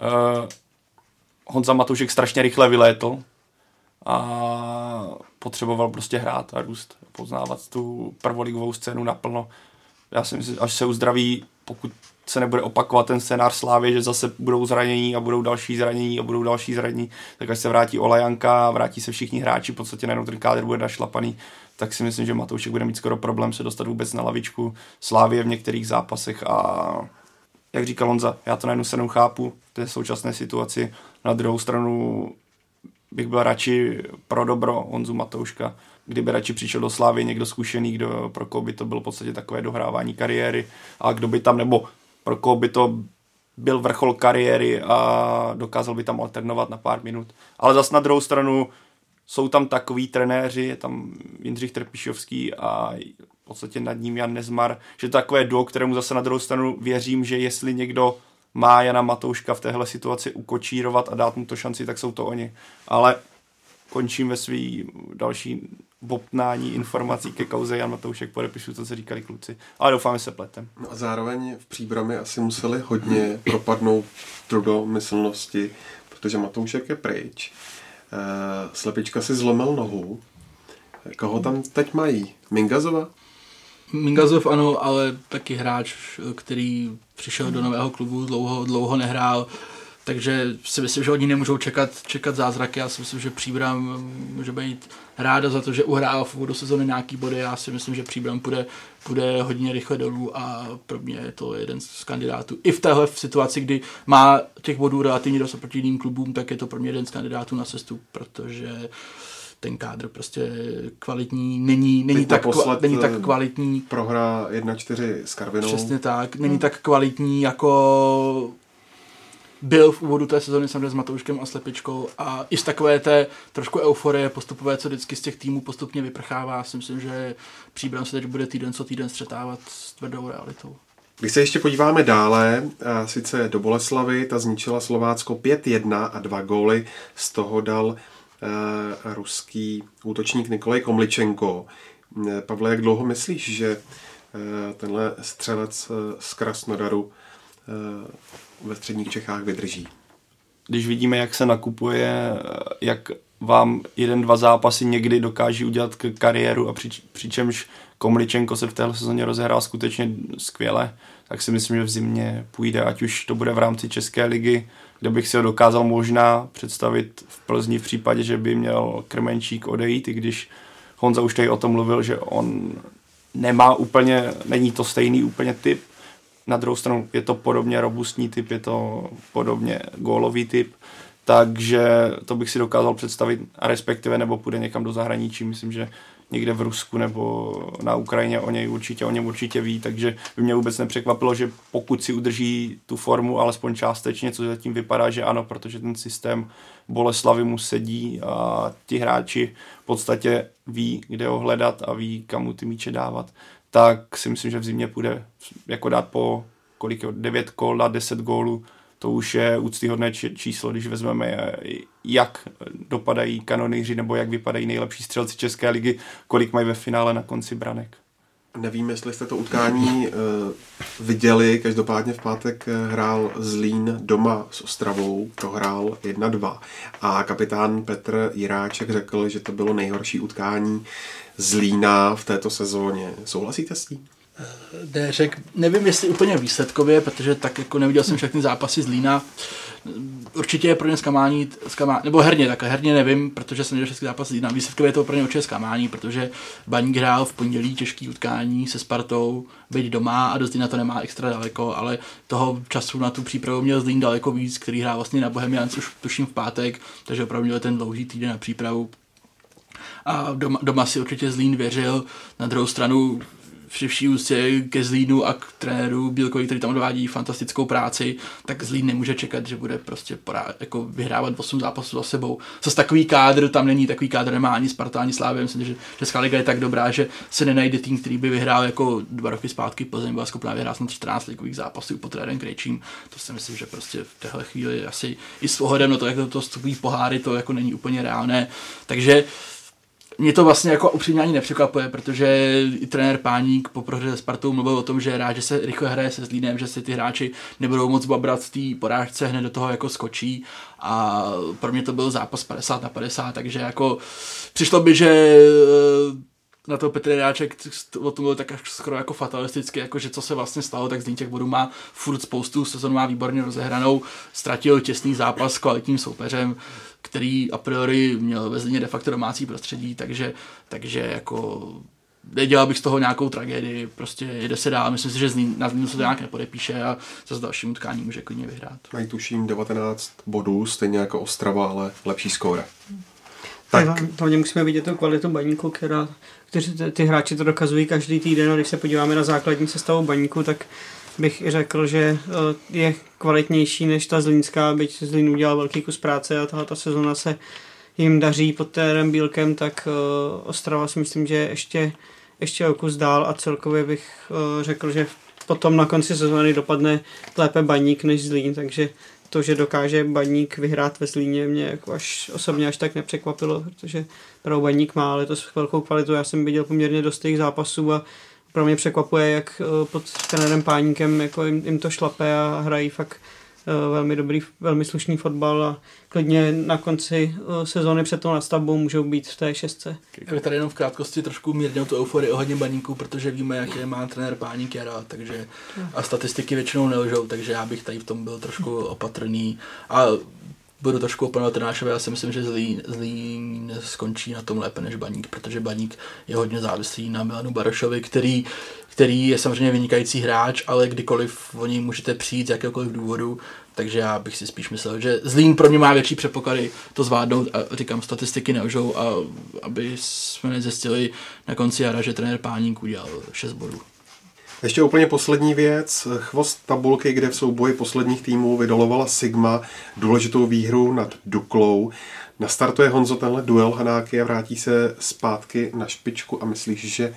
Honza Matoušek strašně rychle vylétl a potřeboval prostě hrát a růst, poznávat tu prvoligovou scénu naplno. Já si myslím, až se uzdraví, pokud se nebude opakovat ten scénář Slávy, že zase budou zranění a budou další zranění, tak až se vrátí Olajanka, vrátí se všichni hráči, v podstatě najednou ten kádr bude našlapaný, tak si myslím, že Matoušek bude mít skoro problém se dostat vůbec na lavičku Slávie v některých zápasech a jak říkal Honza, já to na jednu stranu chápu v té současné situaci, na druhou stranu bych byl radši pro dobro Honzu Matouška, kdyby radši přišel do Slávy někdo zkušený, pro koho by to bylo v podstatě takové dohrávání kariéry a kdo by tam, nebo pro koho by to byl vrchol kariéry a dokázal by tam alternovat na pár minut. Ale zas na druhou stranu jsou tam takový trenéři, je tam Jindřich Trpišovský a v podstatě nad ním Jan Nezmar, že to takové duo, kterému zase na druhou stranu věřím, že jestli někdo má Jana Matouška v téhle situaci ukočírovat a dát mu to šanci, tak jsou to oni. Ale končím ve svý další bobtnání informací ke kauze Jan Matoušek, podepíšu to, co říkali kluci. Ale doufám, že se pletem. No a zároveň v Příbrami asi museli hodně propadnout trudomyslnosti, protože Matoušek je pryč. Slepička si zlomil nohu. Koho tam teď mají? Mingazova? Mingazov ano, ale taky hráč, který přišel do nového klubu, dlouho nehrál, takže si myslím, že oni nemůžou čekat zázraky. Já si myslím, že Příbram může být ráda za to, že uhrál v úvodu sezóny nějaký body. Já si myslím, že Příbram půjde hodně rychle dolů a pro mě je to jeden z kandidátů. I v téhle situaci, kdy má těch bodů relativně dost proti jiným klubům, tak je to pro mě jeden z kandidátů na cestu, protože ten kádr prostě kvalitní není tak kvalitní. Prohra 1-4 s Karvinou. Přesně tak, není tak kvalitní jako byl v úvodu té sezóny samozřejmě s Matouškem a Slepičkou a i z takové té trošku euforie postupové, co vždycky z těch týmů postupně vyprchává. Si myslím, že Příbram se teď bude týden co týden střetávat s tvrdou realitou. Když se ještě podíváme dále, sice do Boleslavy, ta zničila Slovácko 5-1 a 2 góly, z toho dal ruský útočník Nikolaj Komličenko. Pavle, jak dlouho myslíš, že tenhle střelec z Krasnodaru ve středních Čechách vydrží? Když vidíme, jak se nakupuje, jak vám 1-2 zápasy někdy dokáží udělat kariéru a přičemž Komličenko se v téhle sezóně rozehrál skutečně skvěle, tak si myslím, že v zimě půjde, ať už to bude v rámci České ligy, kde bych si ho dokázal možná představit v Plzni v případě, že by měl Krmenčík odejít, i když Honza už tady o tom mluvil, že on není to stejný úplně typ. Na druhou stranu je to podobně robustní typ, je to podobně gólový typ, takže to bych si dokázal představit a respektive nebo půjde někam do zahraničí, myslím, že někde v Rusku nebo na Ukrajině o něm určitě ví, takže by mě vůbec nepřekvapilo, že pokud si udrží tu formu alespoň částečně, co zatím vypadá, že ano, protože ten systém Boleslavy mu sedí a ti hráči v podstatě ví, kde ho hledat a ví, kam mu ty míče dávat, tak si myslím, že v zimě půjde jako dát po 9 kol, dát 10 gólů, to už je úctyhodné číslo, když vezmeme, jak dopadají kanonýři nebo jak vypadají nejlepší střelci České ligy, kolik mají ve finále na konci branek. Nevím, jestli jste to utkání viděli, každopádně v pátek hrál Zlín doma s Ostravou, prohrál 1-2 a kapitán Petr Jiráček řekl, že to bylo nejhorší utkání Zlína v této sezóně. Souhlasíte s tím? Nevím, jestli úplně výsledkově, protože tak jako neviděl jsem všechny zápasy Zlína. Určitě je pro ně zklamání, nebo herně nevím, protože jsem neviděl všechny zápasy Zlína. Výsledkově je to pro ně určitě zklamání, protože Baník hrál v pondělí těžký utkání se Spartou, byť doma a do Zlína to nemá extra daleko, ale toho času na tu přípravu měl Zlín daleko víc, který hrál vlastně na Bohemians už tuším v pátek, takže opravdu měl ten dlouhý týden na přípravu. A doma si určitě Zlín věřil, na druhou stranu při vší úctě ke Zlínu a k trenéru Bílkovi, který tam odvádí fantastickou práci, tak Zlín nemůže čekat, že bude prostě jako vyhrávat 8 zápasů za sebou. Zase takový kádr tam není, takový kádr nemá ani Sparta, ani Slavia. Myslím, že Česká liga je tak dobrá, že se nenajde tým, který by vyhrál jako 2 roky zpátky. Plzeň byla schopná vyhrát snad 14 ligových zápasů pod trenérem Krejčím. To si myslím, že prostě v téhle chvíli asi i s ohledem na to, jak to vstupují poháry, to jako není úplně reálné. Takže mě to vlastně jako upřímně ani nepřekvapuje, protože i trenér Páník po prohře se Spartou mluvil o tom, že je rád, že se rychle hraje se Zlínem, že si ty hráči nebudou moc babrat v té porážce, hned do toho jako skočí a pro mě to byl zápas 50-50, takže jako přišlo by, že na to Petr Jiráček o tom byl tak skoro jako fatalisticky, jako že co se vlastně stalo, tak Zlín těch bodů má furt spoustu, sezonu má výborně rozehranou, ztratil těsný zápas s kvalitním soupeřem, který a priori měl ve Zlíně de facto domácí prostředí, takže jako nedělal bych z toho nějakou tragédii, prostě jede se dál, myslím si, že na Zlínu se to nějak nepodepíše a zase dalším utkání může klidně vyhrát. Mají tuším 19 bodů, stejně jako Ostrava, ale lepší skóre. Tak. Hlavně musíme vidět tu kvalitu Baníku, kteří ty hráči to dokazují každý týden, a když se podíváme na základní sestavu Baníku, tak bych i řekl, že je kvalitnější než ta zlínská, byť Zlín udělal velký kus práce a tato sezona se jim daří pod trenérem Bílkem, tak Ostrava si myslím, že ještě o kus dál a celkově bych řekl, že potom na konci sezóny dopadne lépe Baník než Zlín, takže to, že dokáže Baník vyhrát ve Zlíně, mě jako osobně až tak nepřekvapilo, protože pro Baník má letos velkou kvalitu. Já jsem viděl poměrně dost těch zápasů a pro mě překvapuje, jak pod trenérem Páníkem jako jim to šlape a hrají fakt velmi dobrý, velmi slušný fotbal a klidně na konci sezóny před tou nastavbou můžou být v té 6. Já tady jenom v krátkosti trošku mírněl tu euforii ohledně Baníku, protože víme, jaké má trenér Páník jara, takže a statistiky většinou nelžou, takže já bych tady v tom byl trošku opatrný a budu trošku opanovat Trnášové, já si myslím, že Zlín skončí na tom lépe než Baník, protože Baník je hodně závislý na Milanu Barošovi, který je samozřejmě vynikající hráč, ale kdykoliv o něj můžete přijít z jakéhokoliv důvodu, takže já bych si spíš myslel, že Zlín pro mě má větší předpoklady to zvládnout a říkám, statistiky nelžou a aby jsme nezjistili na konci jara, že trenér Páník udělal 6 bodů. Ještě úplně poslední věc. Chvost tabulky, kde v souboji posledních týmů vydolovala Sigma důležitou výhru nad Duklou. Nastartuje Honzo tenhle duel Hanáky a vrátí se zpátky na špičku a myslíš, že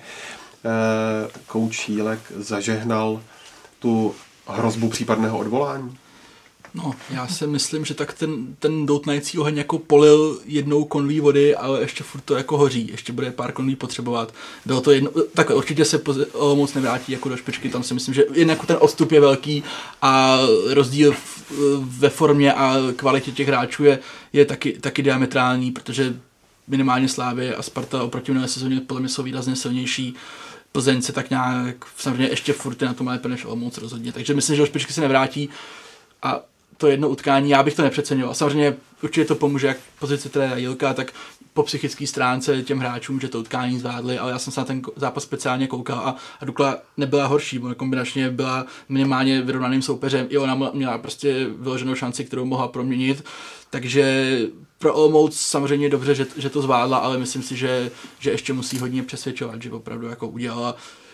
kouč Jílek zažehnal tu hrozbu případného odvolání? No, já si myslím, že tak ten doutnající oheň jako polil jednou konví vody, ale ještě furt to jako hoří, ještě bude pár konví potřebovat. Bylo to jedno, takhle určitě se moc nevrátí jako do špičky, tam si myslím, že jen jako ten odstup je velký a rozdíl ve formě a kvalitě těch hráčů je taky diametrální, protože minimálně Slavie a Sparta oproti minulé sezóně podle mě jsou výrazně silnější. Plzeň se tak nějak, samozřejmě ještě furt je na tom lépe než Olomouc rozhodně, takže myslím, že do špičky se nevrátí a to jedno utkání, já bych to nepřecenil. Samozřejmě určitě to pomůže jak pozici trenéra Jílka, tak po psychické stránce těm hráčům, že to utkání zvládli, ale já jsem se na ten zápas speciálně koukal a Dukla nebyla horší, ona kombinačně byla minimálně vyrovnaným soupeřem, i ona měla prostě vyloženou šanci, kterou mohla proměnit, takže pro Olomouc samozřejmě dobře, že to zvládla, ale myslím si, že ještě musí hodně přesvědčovat, že opravdu jako udělala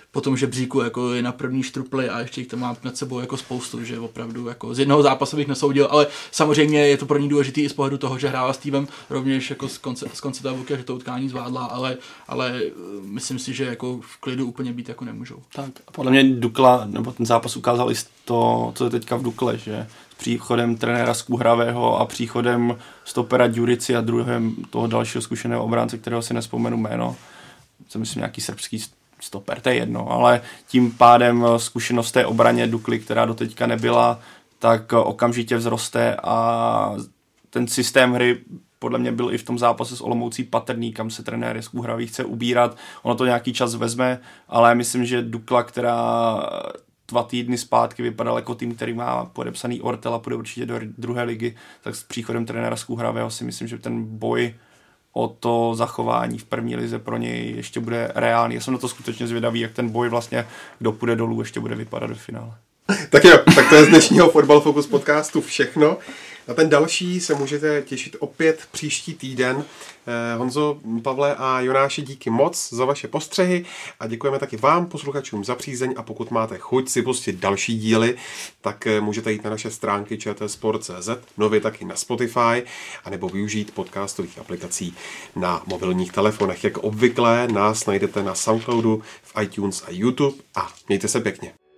po tom žebříku jako je na první štrupli a ještě jich tam má nad sebou jako spoustu, že opravdu jako z jednoho zápasu bych nesoudil, ale samozřejmě je to pro ní důležitý i z pohledu toho, že hrála s týmem rovněž jako z konce tabulky, že to utkání zvládla, ale myslím si, že jako v klidu úplně být jako nemůžou. Tak a podle mě Dukla, nebo ten zápas ukázal i to, co je teďka v Dukle, že s příchodem trenéra Skuhravého a příchodem stopera Djurici a druhém toho dalšího zkušeného obránce, kterého si nespomenu jméno, co myslím nějaký srbský stoper, to je jedno, ale tím pádem zkušenost té obraně Dukly, která doteďka nebyla, tak okamžitě vzroste a ten systém hry podle mě byl i v tom zápase s Olomoucí patrný, kam se trenér Skuhravý chce ubírat. Ono to nějaký čas vezme, ale myslím, že Dukla, která 2 týdny zpátky vypadal jako tým, který má podepsaný Ortel a půjde určitě do druhé ligy, tak s příchodem trenéra Skuhravého si myslím, že ten boj o to zachování v první lize pro něj ještě bude reálný. Já jsem na to skutečně zvědavý, jak ten boj vlastně, kdo půjde dolů, ještě bude vypadat ve finále. Tak jo, tak to je z dnešního Fotbal Focus podcastu všechno. Na ten další se můžete těšit opět příští týden. Honzo, Pavle a Jonáši, díky moc za vaše postřehy a děkujeme taky vám, posluchačům, za přízeň a pokud máte chuť si pustit další díly, tak můžete jít na naše stránky čtsport.cz, nově taky na Spotify, anebo využít podcastových aplikací na mobilních telefonech. Jak obvykle nás najdete na Soundcloudu, v iTunes a YouTube a mějte se pěkně.